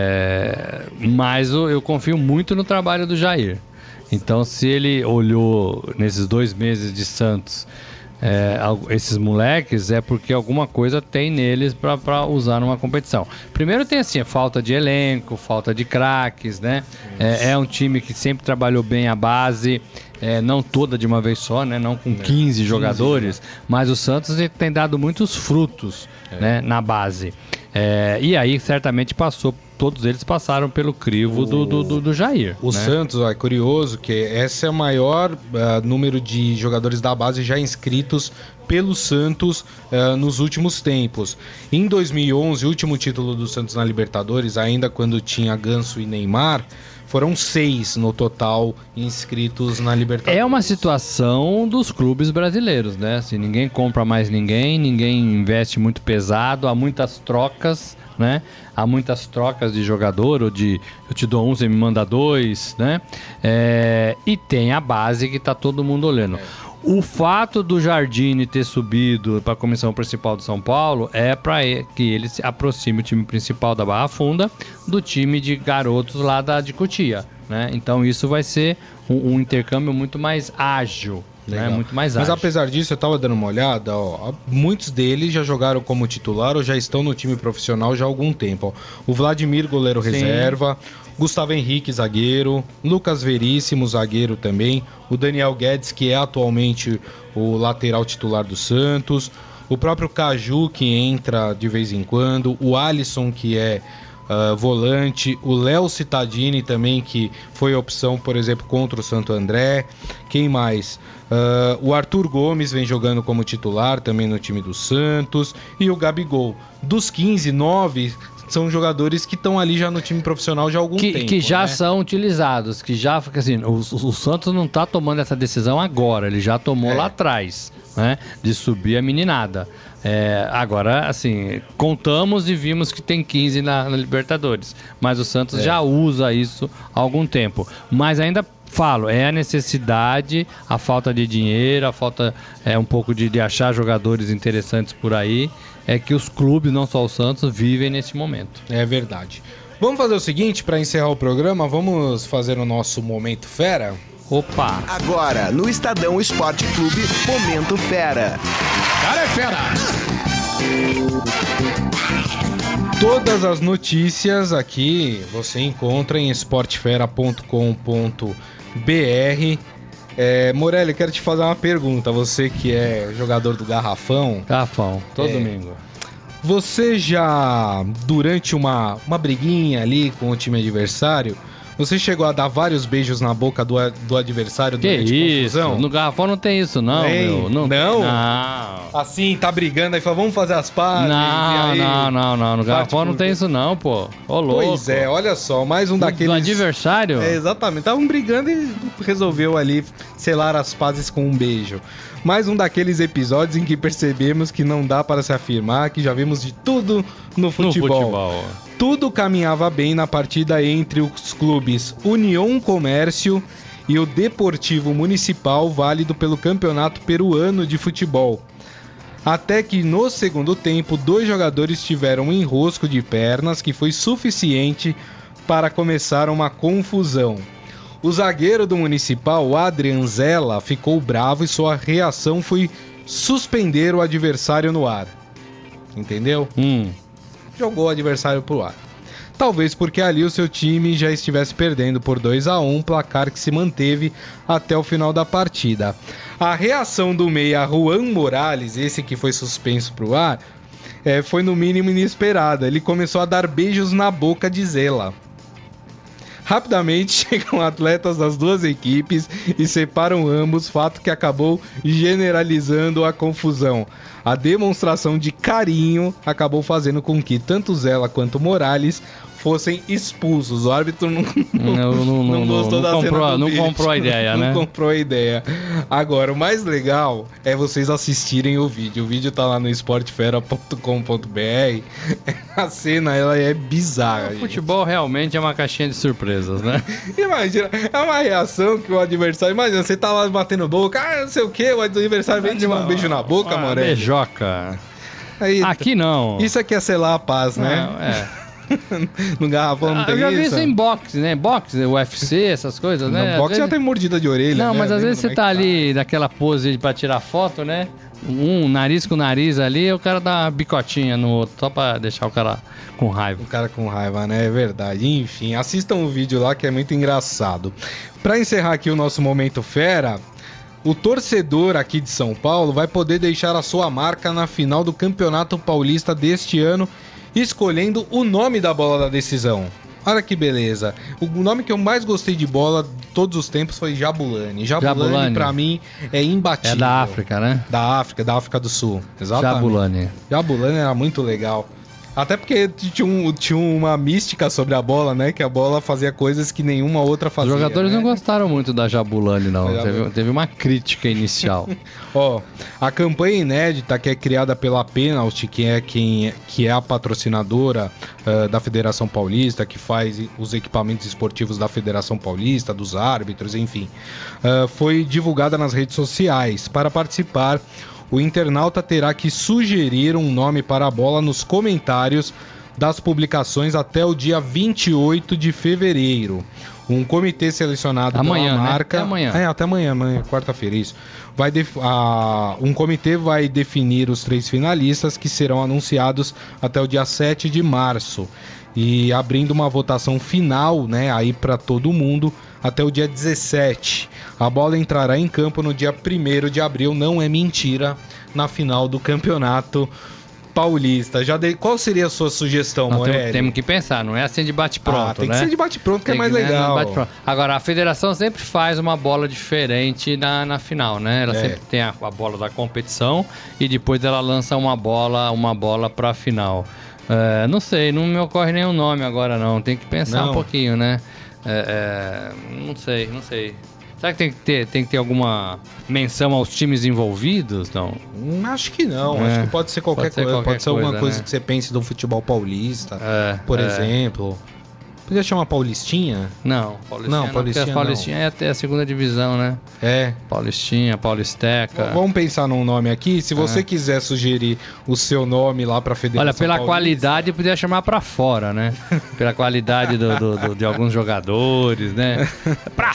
é, mas eu, eu confio muito no trabalho do Jair. Então, se ele olhou nesses dois meses de Santos é, esses moleques, é porque alguma coisa tem neles para usar numa competição. Primeiro tem assim, a falta de elenco, falta de craques, né? É, é um time que sempre trabalhou bem a base, É, não toda de uma vez só, né? Não com quinze jogadores, mas o Santos tem dado muitos frutos, é. né? Na base. É, e aí, certamente, passou, todos eles passaram pelo crivo o, do, do, do, do Jair. O né? Santos, ó, é curioso que esse é o maior uh, número de jogadores da base já inscritos pelo Santos uh, nos últimos tempos. Em dois mil e onze, o último título do Santos na Libertadores, ainda quando tinha Ganso e Neymar, foram seis no total inscritos na Libertadores. É uma situação dos clubes brasileiros, né? Assim, ninguém compra mais ninguém, ninguém investe muito pesado, há muitas trocas, né? Há muitas trocas de jogador, ou de eu te dou um, você me manda dois, né? É, e tem a base que tá todo mundo olhando. É. O fato do Jardine ter subido para a comissão principal de São Paulo é para que ele se aproxime o time principal da Barra Funda do time de garotos lá da de Cotia, né? Então isso vai ser um, um intercâmbio muito mais ágil, né? Muito mais ágil. Mas apesar disso, eu estava dando uma olhada, ó, muitos deles já jogaram como titular ou já estão no time profissional já há algum tempo. Ó. O Vladimir, goleiro Sim. reserva, Gustavo Henrique, zagueiro, Lucas Veríssimo, zagueiro também, o Daniel Guedes, que é atualmente o lateral titular do Santos, o próprio Caju, que entra de vez em quando, o Alisson, que é uh, volante, o Léo Cittadini também, que foi opção, por exemplo, contra o Santo André. Quem mais? Uh, o Arthur Gomes vem jogando como titular também no time do Santos, e o Gabigol. Dos quinze, nove são jogadores que estão ali já no time profissional já há algum que, tempo. Que já né? são utilizados, que já, assim, o, o Santos não está tomando essa decisão agora, ele já tomou é. lá atrás, né, de subir a meninada. É, agora, assim, contamos e vimos que tem quinze na, na Libertadores, mas o Santos é. já usa isso há algum tempo. Mas ainda falo, é a necessidade, a falta de dinheiro, a falta é, um pouco de, de achar jogadores interessantes por aí, é que os clubes, não só o Santos, vivem nesse momento. É verdade. Vamos fazer o seguinte, para encerrar o programa, vamos fazer o nosso Momento Fera? Opa! Agora, no Estadão Esporte Clube, Momento Fera. Cara é fera! Todas as notícias aqui você encontra em esportefera ponto com ponto b r. É, Morelli, quero te fazer uma pergunta. Você que é jogador do Garrafão. Garrafão, todo é, domingo. Você já, durante uma, uma briguinha ali com o time adversário, você chegou a dar vários beijos na boca do, do adversário que durante isso? confusão? No Garrafão não tem isso, não, tem? meu. Não? Não? Não. Assim, tá brigando, aí fala, vamos fazer as pazes? Não, aí, não, não, não. No Garrafão não tem isso, não, pô. Ô, louco. Pois é, olha só, mais um do, daqueles... Do adversário? É, exatamente. Estavam brigando e resolveu ali selar as pazes com um beijo. Mais um daqueles episódios em que percebemos que não dá para se afirmar que já vimos de tudo no futebol. No futebol. Tudo caminhava bem na partida entre os clubes União Comércio e o Deportivo Municipal, válido pelo Campeonato Peruano de Futebol. Até que no segundo tempo, dois jogadores tiveram um enrosco de pernas que foi suficiente para começar uma confusão. O zagueiro do Municipal, o Adrian Zella, ficou bravo e sua reação foi suspender o adversário no ar. Entendeu? Hum. Jogou o adversário pro ar. Talvez porque ali o seu time já estivesse perdendo por dois a um, placar que se manteve até o final da partida. A reação do meia Juan Morales, esse que foi suspenso pro ar, é, foi no mínimo inesperada. Ele começou a dar beijos na boca de Zella. Rapidamente chegam atletas das duas equipes e separam ambos, fato que acabou generalizando a confusão. A demonstração de carinho acabou fazendo com que tanto Zella quanto Morales fossem expulsos. O árbitro não, não, não, não, não gostou não da comprou, cena do Não vídeo. comprou a ideia, não né? Não comprou a ideia. Agora, o mais legal é vocês assistirem o vídeo. O vídeo tá lá no esportefera ponto com ponto b r. A cena, ela é bizarra. O futebol realmente é uma caixinha de surpresas, né? Imagina, é uma reação que o adversário... Imagina, você tá lá batendo boca, ah, não sei o que, o adversário vem te dar um beijo na boca, ah, Morelli. Beijoca. Aí, aqui não. Isso aqui é selar a paz, né? Não, é. No garrafão não Ah, tem eu já vi isso? isso em boxe, né? Boxe, U F C, essas coisas, né? No Às boxe já vezes- tem mordida de orelha, Não, né? mas às Lembra vezes como você é tá que ali naquela pose pra tirar foto, né? Um nariz com nariz ali, o cara dá uma bicotinha no outro, só pra deixar o cara com raiva. O cara com raiva, né? É verdade. Enfim, assistam o vídeo lá que é muito engraçado. Pra encerrar aqui o nosso Momento Fera, o torcedor aqui de São Paulo vai poder deixar a sua marca na final do Campeonato Paulista deste ano, escolhendo o nome da bola da decisão. Olha que beleza. O nome que eu mais gostei de bola de todos os tempos foi Jabulani. Jabulani, Jabulani. pra mim, é imbatível. É da África, né? Da África, da África do Sul. Exatamente. Jabulani. Jabulani era muito legal. Até porque tinha, um, tinha uma mística sobre a bola, né? Que a bola fazia coisas que nenhuma outra Os fazia. jogadores né? não gostaram muito da Jabulani, não. Da Jabulani. Teve, teve uma crítica inicial. Ó, a campanha inédita que é criada pela Penalty, que é quem que é a patrocinadora uh, da Federação Paulista, que faz os equipamentos esportivos da Federação Paulista, dos árbitros, enfim, uh, foi divulgada nas redes sociais. Para participar, o internauta terá que sugerir um nome para a bola nos comentários das publicações até o dia vinte e oito de fevereiro. Um comitê selecionado Amanhã, pela né? marca... Até amanhã. É, até amanhã, amanhã quarta-feira, isso. Vai def... a... Um comitê vai definir os três finalistas que serão anunciados até o dia sete de março. E abrindo uma votação final, né, aí para todo mundo, até o dia dezessete. A bola entrará em campo no dia primeiro de abril, não é mentira, na final do Campeonato Paulista. Já dei... Qual seria a sua sugestão, Nós Morelli? temos, temos que pensar, não é assim de bate-pronto, Ah, tem né? que ser de bate-pronto, que Tem é mais que- né, legal. bate-pronto. Agora, a federação sempre faz uma bola diferente na, na final, né? Ela É. sempre tem a, a bola da competição e depois ela lança uma bola, uma bola pra final. É, não sei, não me ocorre nenhum nome agora não. Tem que pensar Não. um pouquinho, né? É, é, não sei, não sei. Será que tem que ter, tem que ter alguma menção aos times envolvidos? Não. Hum, Acho que não, É, acho que pode ser qualquer pode ser coisa. qualquer Pode ser alguma coisa, coisa né? que você pense do futebol paulista, É, por é. exemplo. Podia chamar Paulistinha? Não, Paulistinha Não, não, Paulistinha porque a Paulistinha é até a segunda divisão, né? É. Paulistinha, Paulisteca. V- Vamos pensar num nome aqui. Se você É. quiser sugerir o seu nome lá pra Federação Olha, pela Paulista, qualidade podia chamar pra fora, né? Pela qualidade do, do- do- de alguns jogadores, né? Pra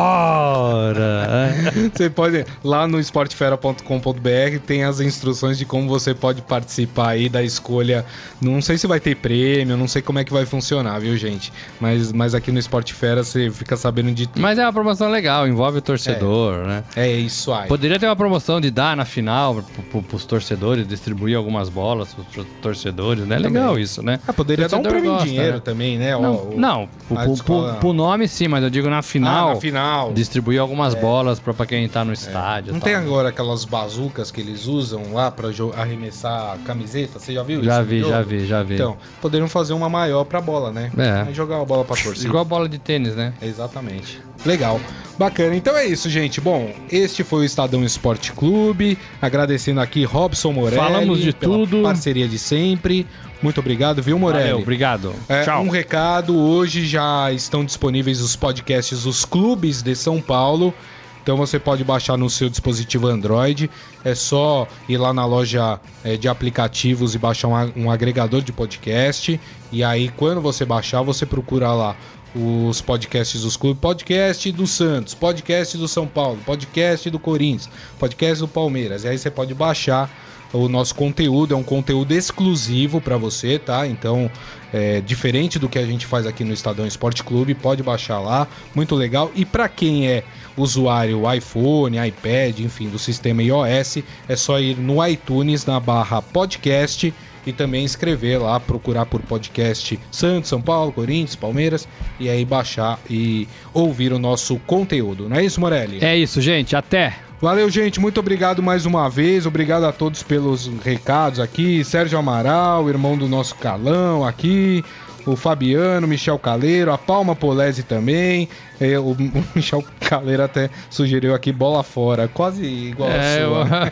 fora! é. Você pode, lá no esportefera ponto com ponto b r tem as instruções de como você pode participar aí da escolha. Não sei se vai ter prêmio, não sei como é que vai funcionar, viu, gente? Mas, mas aqui no Esportefera você fica sabendo de tudo. Mas é uma promoção legal, envolve o torcedor, né? É isso aí. Poderia ter uma promoção de dar na final pro, pro, pros torcedores, distribuir algumas bolas pros torcedores, né? Legal Também. isso, né? Ah, poderia dar um Torcedor prêmio gosta, em dinheiro né? também, né? Não, Ó, o- não pro, a pro- escola- pro- pro nome sim, mas eu digo na final, Ah, na final. distribuir algumas bolas pra, pra quem tá no estádio. Não e tem tal. agora aquelas bazucas que eles usam lá pra jo- arremessar a camiseta? Você já viu Já isso no vi, jogo? já vi, já vi. Então, poderiam fazer uma maior pra bola, né? É. Aí jogar a bola pra torcida. Igual a bola de tênis, né? Exatamente. Legal. Bacana. Então é isso, gente. Bom, este foi o Estadão Esporte Clube. Agradecendo aqui Robson Morelli. Falamos de pela tudo. parceria de sempre. Muito obrigado, viu, Morelli? Valeu, obrigado. É, Tchau. um recado, hoje já estão disponíveis os podcasts dos clubes de São Paulo. Então você pode baixar no seu dispositivo Android. É só ir lá na loja é, de aplicativos e baixar um, a- um agregador de podcast. E aí, quando você baixar, você procura lá os podcasts dos clubes. Podcast do Santos, podcast do São Paulo, podcast do Corinthians, podcast do Palmeiras. E aí você pode baixar o nosso conteúdo, é um conteúdo exclusivo para você, tá? Então, é diferente do que a gente faz aqui no Estadão Esporte Clube, pode baixar lá, muito legal. E para quem é usuário iPhone, iPad, enfim, do sistema iOS, é só ir no iTunes, na barra podcast, e também escrever lá, procurar por podcast Santos, São Paulo, Corinthians, Palmeiras, e aí baixar e ouvir o nosso conteúdo. Não é isso, Morelli? É isso, gente. Até. Valeu, gente. Muito obrigado mais uma vez. Obrigado a todos pelos recados aqui. Sérgio Amaral, irmão do nosso Calão aqui. O Fabiano, Michel Caleiro, a Palma Polese também. É, o, o Michel Caleiro até sugeriu aqui bola fora. Quase igual É, a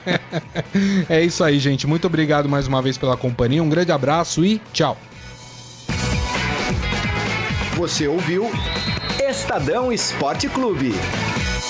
sua. É isso aí, gente. Muito obrigado mais uma vez pela companhia. Um grande abraço e tchau. Você ouviu Estadão Esporte Clube.